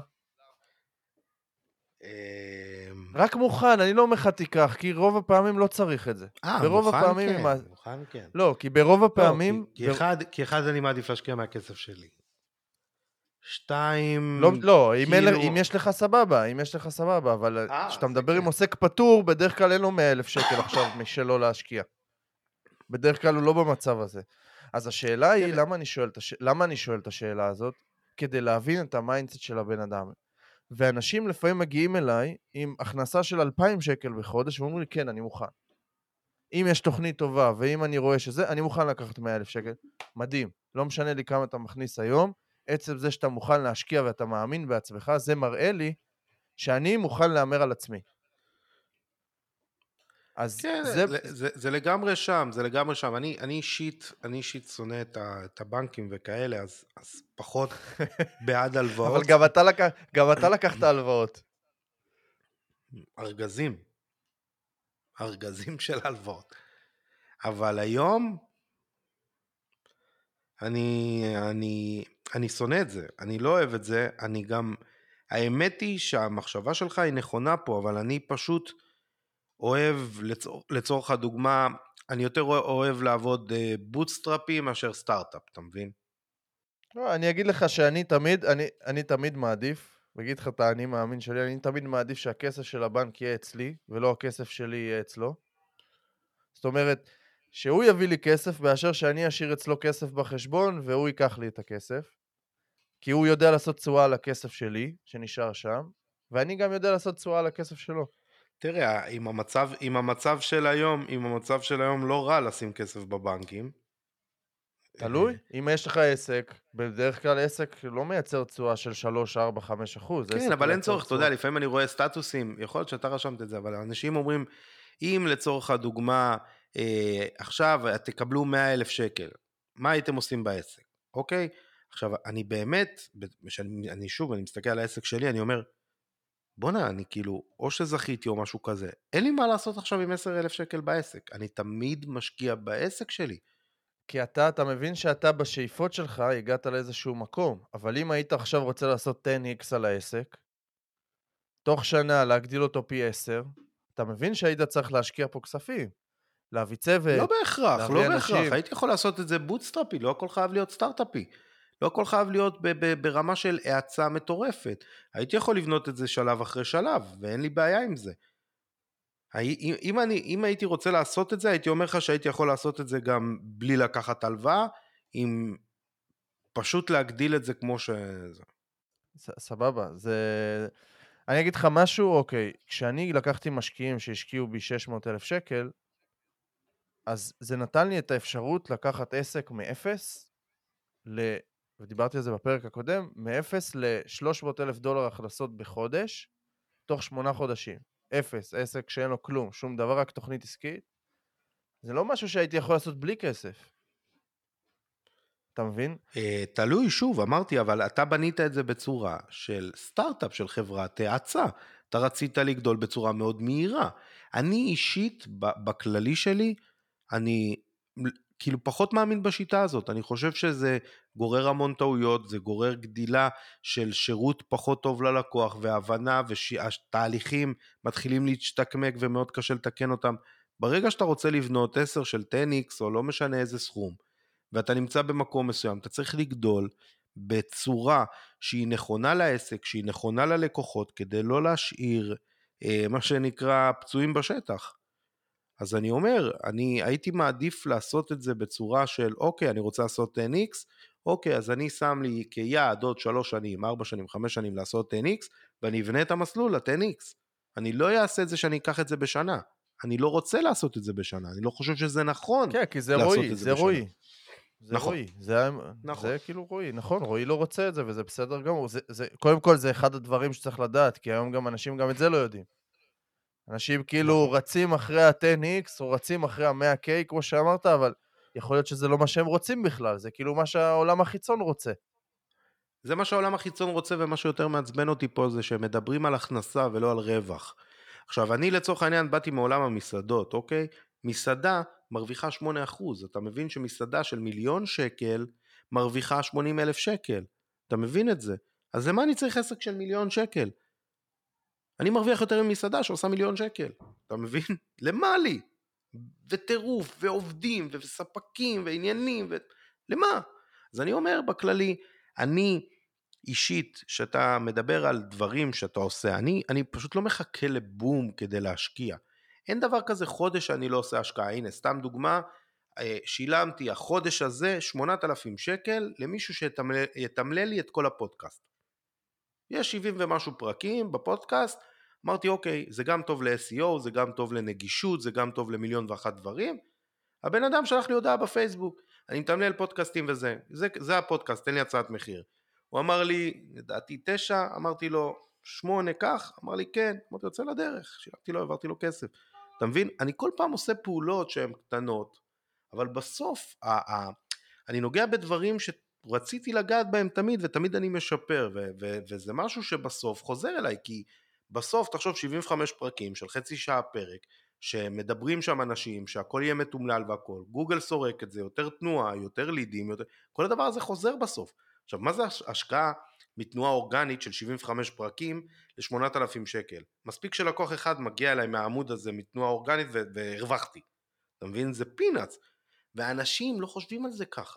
אמ, רק מוכן, אני לא אומר לך תיקח, כי רוב הפעמים לא צריך את זה. אה, ברוב מוכן הפעמים... כן, עם ה- מוכן כן. לא, כי ברוב לא, כי, הפעמים... כי, בר... אחד, כי אחד אני מעדיף להשקיע מהכסף שלי. לא, שתיים, לא אם, אין, כאילו... אם יש לך סבבה, אם יש לך סבבה, אבל אה, כשאתה זה מדבר עם כן. עוסק פטור, בדרך כלל אין לו מאה אלף שקל עכשיו משלו להשקיע. בדרך כלל הוא לא במצב הזה. אז השאלה היא, תראה, למה אני שואל את, הש... למה אני שואל את השאלה הזאת? כדי להבין את המיינדסט של הבן אדם. ואנשים לפעמים מגיעים אליי עם הכנסה של אלפיים שקל בחודש, ואומרים לי, כן, אני מוכן. אם יש תוכנית טובה, ואם אני רואה שזה, אני מוכן לקחת מאה אלף שקל. מדהים. לא משנה לי כמה אתה מכניס היום, עצם זה שאתה מוכן להשקיע ואתה מאמין בעצמך, זה מראה לי שאני מוכן לאמר על עצמי. אז כן, זה... זה, זה, זה לגמרי שם, זה לגמרי שם. אני, אני אישית, אני אישית שונא את, ה, את הבנקים וכאלה, אז, אז פחות בעד אבל הלוואות. גם אתה, לקח, גם אתה לקחת הלוואות. ארגזים, ארגזים של הלוואות. אבל היום, אני, אני, אני שונא את זה, אני לא אוהב את זה, אני גם, האמת היא שהמחשבה שלך היא נכונה פה, אבל אני פשוט אוהב, לצור, לצורך הדוגמה, אני יותר אוהב לעבוד בוטסטראפים מאשר סטארט-אפ, אתה מבין? לא, אני אגיד לך שאני תמיד, אני, אני תמיד מעדיף, אגיד לך את האני מאמין שלי, אני תמיד מעדיף שהכסף של הבנק יהיה אצלי, ולא הכסף שלי יהיה אצלו. זאת אומרת, שהוא יביא לי כסף, באשר שאני אשאיר אצלו כסף בחשבון, והוא ייקח לי את הכסף. כי הוא יודע לעשות תשואה על הכסף שלי, שנשאר שם, ואני גם יודע לעשות תשואה על הכסף שלו. תראה, עם המצב, עם המצב של היום, עם המצב של היום לא רע לשים כסף בבנקים. תלוי, אם יש לך עסק, בדרך כלל עסק לא מייצר תשואה של שלוש, ארבע, חמש אחוז. כן, אבל אין צורך, אתה יודע, לפעמים אני רואה סטטוסים, יכול להיות שאתה רשמת את זה, אבל אנשים אומרים, אם לצורך הדוגמה, אה, עכשיו תקבלו מאה אלף שקל, מה הייתם עושים בעסק? אוקיי? עכשיו, אני באמת, שאני, אני שוב, אני מסתכל על העסק שלי, אני אומר, בונה, אני כאילו, או שזכיתי או משהו כזה, אין לי מה לעשות עכשיו עם עשרת אלפים שקל בעסק, אני תמיד משקיע בעסק שלי. כי אתה, אתה מבין שאתה בשאיפות שלך הגעת לאיזשהו מקום, אבל אם היית עכשיו רוצה לעשות עשר אקס על העסק, תוך שנה להגדיל אותו פי עשר, אתה מבין שהיית צריך להשקיע פה כספים, להביא לא צוות, בהכרח, להביא לא בהכרח, אנשים. הייתי יכול לעשות את זה בוטסטראפי, לא הכל חייב להיות סטארט-אפי. לא הכל חייב להיות ב- ב- ברמה של האצה מטורפת. הייתי יכול לבנות את זה שלב אחרי שלב, ואין לי בעיה עם זה. אם, אם, אני, אם הייתי רוצה לעשות את זה, הייתי אומר לך שהייתי יכול לעשות את זה גם בלי לקחת הלוואה, עם פשוט להגדיל את זה כמו שזה. ס- סבבה, זה... אני אגיד לך משהו, אוקיי, כשאני לקחתי משקיעים שהשקיעו בי שש מאות אלף שקל, אז זה נתן לי את האפשרות לקחת עסק מאפס, ל... ודיברתי על זה בפרק הקודם, מאפס ל-שלוש מאות אלף דולר הכנסות בחודש, תוך שמונה חודשים. אפס, עסק שאין לו כלום, שום דבר, רק תוכנית עסקית. זה לא משהו שהייתי יכול לעשות בלי כסף. אתה מבין? אה, תלוי, שוב, אמרתי, אבל אתה בנית את זה בצורה של סטארט-אפ, של חברת האצה. אתה רצית לגדול בצורה מאוד מהירה. אני אישית, בכללי שלי, אני כאילו פחות מאמין בשיטה הזאת. אני חושב שזה גורר המון טעויות, זה גורר גדילה של שירות פחות טוב ללקוח, והבנה, והתהליכים מתחילים להשתקמק ומאוד קשה לתקן אותם. ברגע שאתה רוצה לבנות עשר של עשר אקס, או לא משנה איזה סכום, ואתה נמצא במקום מסוים, אתה צריך לגדול בצורה שהיא נכונה לעסק, שהיא נכונה ללקוחות, כדי לא להשאיר אה, מה שנקרא פצועים בשטח. אז אני אומר, אני הייתי מעדיף לעשות את זה בצורה של, אוקיי, אני רוצה לעשות עשר אקס, אוקיי, אז אני שם לי כיעד עוד שלוש שנים, ארבע שנים, חמש שנים לעשות עשר אקס, ואני אבנה את המסלול ל-עשר אקס. אני לא אעשה את זה שאני אקח את זה בשנה. אני לא רוצה לעשות את זה בשנה, אני לא חושב שזה נכון כן, כי זה לעשות רואי, את זה זה בשנה. רואי. זה נכון, רועי, זה, נכון. זה כאילו רועי, נכון, רועי לא רוצה את זה, וזה בסדר גמור. זה, זה, קודם כל, זה אחד הדברים שצריך לדעת, כי היום גם אנשים גם את זה לא יודעים. אנשים כאילו נכון. רצים אחרי ה-עשר אקס, או רצים אחרי ה-מאה קיי, כמו שאמרת, אבל יכול להיות שזה לא מה שהם רוצים בכלל, זה כאילו מה שהעולם החיצון רוצה. זה מה שהעולם החיצון רוצה, ומה שיותר מעצבן אותי פה זה שהם מדברים על הכנסה ולא על רווח. עכשיו, אני לצורך העניין באתי מעולם המסעדות, אוקיי? מסעדה מרוויחה שמונה אחוז, אתה מבין שמסעדה של מיליון שקל מרוויחה שמונים אלף שקל, אתה מבין את זה? אז למה אני צריך עסק של מיליון שקל? אני מרוויח יותר ממסעדה שעושה מיליון שקל, אתה מבין? למה לי? וטירוף, ועובדים, וספקים, ועניינים, ו... למה? אז אני אומר בכללי, אני אישית, שאתה מדבר על דברים שאתה עושה, אני, אני פשוט לא מחכה לבום כדי להשקיע. אין דבר כזה חודש שאני לא עושה השקעה. הנה, סתם דוגמה, שילמתי החודש הזה שמונת אלפים שקל למישהו שיתמלל לי את כל הפודקאסט. יש שבעים ומשהו פרקים בפודקאסט, אמרתי אוקיי, זה גם טוב ל-אס אי או, זה גם טוב לנגישות, זה גם טוב למיליון ואחת דברים. הבן אדם שלח לי הודעה בפייסבוק, אני מתמלל פודקאסטים וזה, זה, זה הפודקאסט, תן לי הצעת מחיר. הוא אמר לי, לדעתי תשע, אמרתי לו, שמונה כך, אמר לי כן, אמרתי יוצא לדרך, שילמתי לו, העברתי לו כסף. אתה מבין? אני כל פעם עושה פעולות שהן קטנות, אבל בסוף, ה- ה- אני נוגע בדברים שרציתי לגעת בהם תמיד, ותמיד אני משפר, ו- ו- וזה משהו שבסוף חוזר אליי, כי בסוף תחשוב שבעים וחמישה פרקים של חצי שעה פרק, שמדברים שם אנשים, שהכל יהיה מתומלל והכל, גוגל סורק את זה, יותר תנועה, יותר לידים, יותר... כל הדבר הזה חוזר בסוף. עכשיו, מה זה השקעה מתנועה אורגנית של שבעים וחמישה פרקים ל-שמונת אלפים שקל? מספיק שלקוח אחד מגיע אליי מהעמוד הזה מתנועה אורגנית והרווחתי. אתה מבין? זה פינאץ. ואנשים לא חושבים על זה ככה.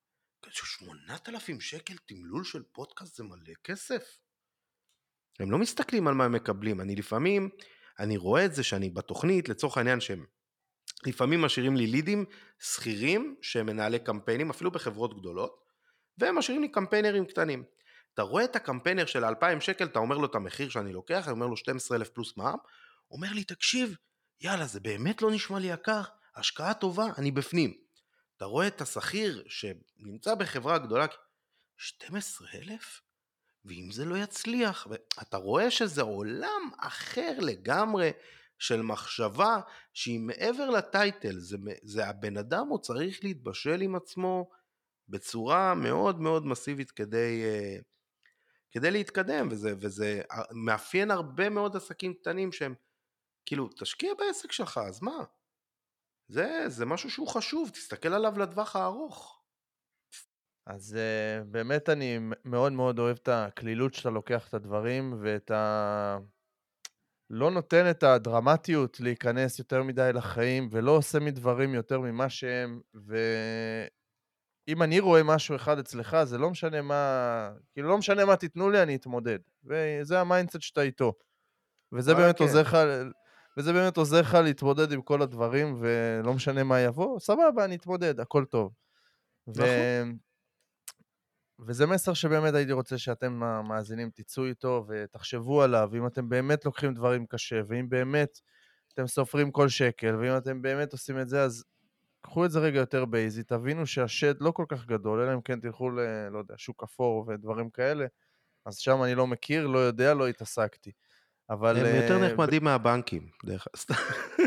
שמונת אלפים שקל תמלול של פודקאסט זה מלא כסף. הם לא מסתכלים על מה הם מקבלים. אני לפעמים, אני רואה את זה שאני בתוכנית, לצורך העניין שהם לפעמים משאירים לי לידים שכירים שהם מנהלי קמפיינים, אפילו בחברות גדולות, והם משאירים לי קמפיינרים קטנים. אתה רואה את הקמפיינר של אלפיים שקל, אתה אומר לו את המחיר שאני לוקח, אני אומר לו שנים עשר אלף פלוס מע"מ, אומר לי תקשיב, יאללה זה באמת לא נשמע לי יקר, השקעה טובה, אני בפנים. אתה רואה את השכיר שנמצא בחברה גדולה, שנים עשר אלף? ואם זה לא יצליח, ואתה רואה שזה עולם אחר לגמרי של מחשבה שהיא מעבר לטייטל, זה, זה הבן אדם הוא צריך להתבשל עם עצמו בצורה מאוד מאוד מסיבית כדי, כדי להתקדם, וזה, וזה מאפיין הרבה מאוד עסקים קטנים שהם כאילו תשקיע בעסק שלך, אז מה? זה, זה משהו שהוא חשוב, תסתכל עליו לטווח הארוך. אז uh, באמת אני מאוד מאוד אוהב את הכלילות שאתה לוקח את הדברים, ואת ה... לא נותן את הדרמטיות להיכנס יותר מדי לחיים, ולא עושה מדברים יותר ממה שהם, ואם אני רואה משהו אחד אצלך, זה לא משנה מה, כאילו לא משנה מה תיתנו לי, אני אתמודד, וזה המיינדסט שאתה איתו, וזה באמת כן. עוזר לך, וזה באמת עוזר לך להתמודד עם כל הדברים, ולא משנה מה יבוא, סבבה, אני אתמודד, הכל טוב. ו... נכון. וזה מסר שבאמת הייתי רוצה שאתם המאזינים תצאו איתו ותחשבו עליו, אם אתם באמת לוקחים דברים קשה, ואם באמת אתם סופרים כל שקל, ואם אתם באמת עושים את זה, אז קחו את זה רגע יותר בייזי, תבינו שהשד לא כל כך גדול, אלא אם כן תלכו ל, לא יודע, שוק אפור ודברים כאלה, אז שם אני לא מכיר, לא יודע, לא התעסקתי. אבל... הם יותר uh, נחמדים מהבנקים, דרך כלל.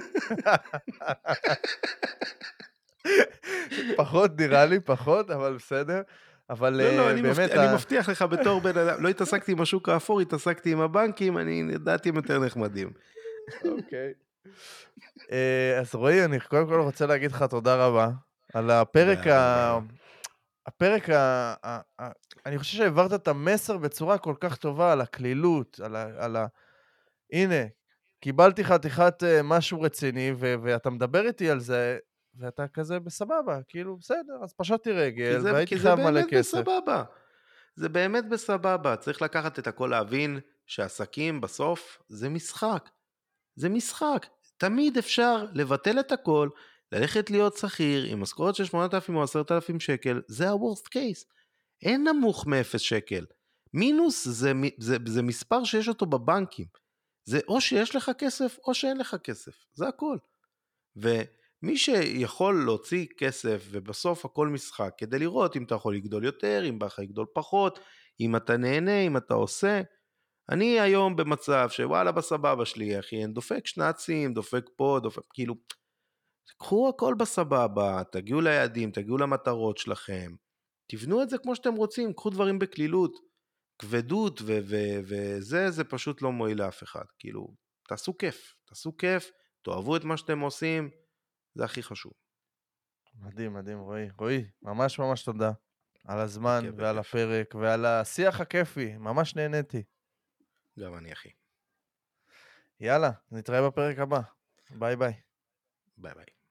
פחות נראה לי, פחות, אבל בסדר. אבל לא, לא, אני, באמת... מבטיח, אני מבטיח לך בתור בן אדם, לא התעסקתי עם השוק האפור, התעסקתי עם הבנקים, אני ידעתי הם יותר נחמדים. אוקיי. אז רועי, אני קודם כל רוצה להגיד לך תודה רבה על הפרק ה... הפרק ה... אני חושב שהעברת את המסר בצורה כל כך טובה על הכלילות, על ה... הנה, קיבלתי חתיכת משהו רציני, ואתה מדבר איתי על זה, ואתה כזה בסבבה, כאילו בסדר, אז פשטתי רגל, והייתי חייב מלא כסף. כי זה באמת בסבבה. זה באמת בסבבה. צריך לקחת את הכל להבין שעסקים בסוף זה משחק. זה משחק. תמיד אפשר לבטל את הכל, ללכת להיות שכיר עם משכורת של שמונת אלפים או עשרת אלפים שקל, זה ה-worst case. אין נמוך מ-אפס שקל. מינוס זה, זה, זה מספר שיש אותו בבנקים. זה או שיש לך כסף או שאין לך כסף. זה הכל. ו... מי שיכול להוציא כסף ובסוף הכל משחק, כדי לראות אם אתה יכול לגדול יותר, אם בא לך לגדול פחות, אם אתה נהנה, אם אתה עושה. אני היום במצב שוואלה בסבבה שלי, אחי, אני דופק שנצים, דופק פה, דופק, כאילו, קחו הכל בסבבה, תגיעו ליעדים, תגיעו למטרות שלכם, תבנו את זה כמו שאתם רוצים, קחו דברים בכלילות, כבדות ו- ו- וזה, זה פשוט לא מועיל לאף אחד, כאילו, תעשו כיף, תעשו כיף, תאהבו את מה שאתם עושים, זה הכי חשוב. מדהים, מדהים, רועי. רועי, ממש ממש תודה על הזמן בכיף, ועל בכיף. הפרק ועל השיח הכיפי, ממש נהניתי. גם אני, אחי. יאללה, נתראה בפרק הבא. ביי ביי. ביי ביי.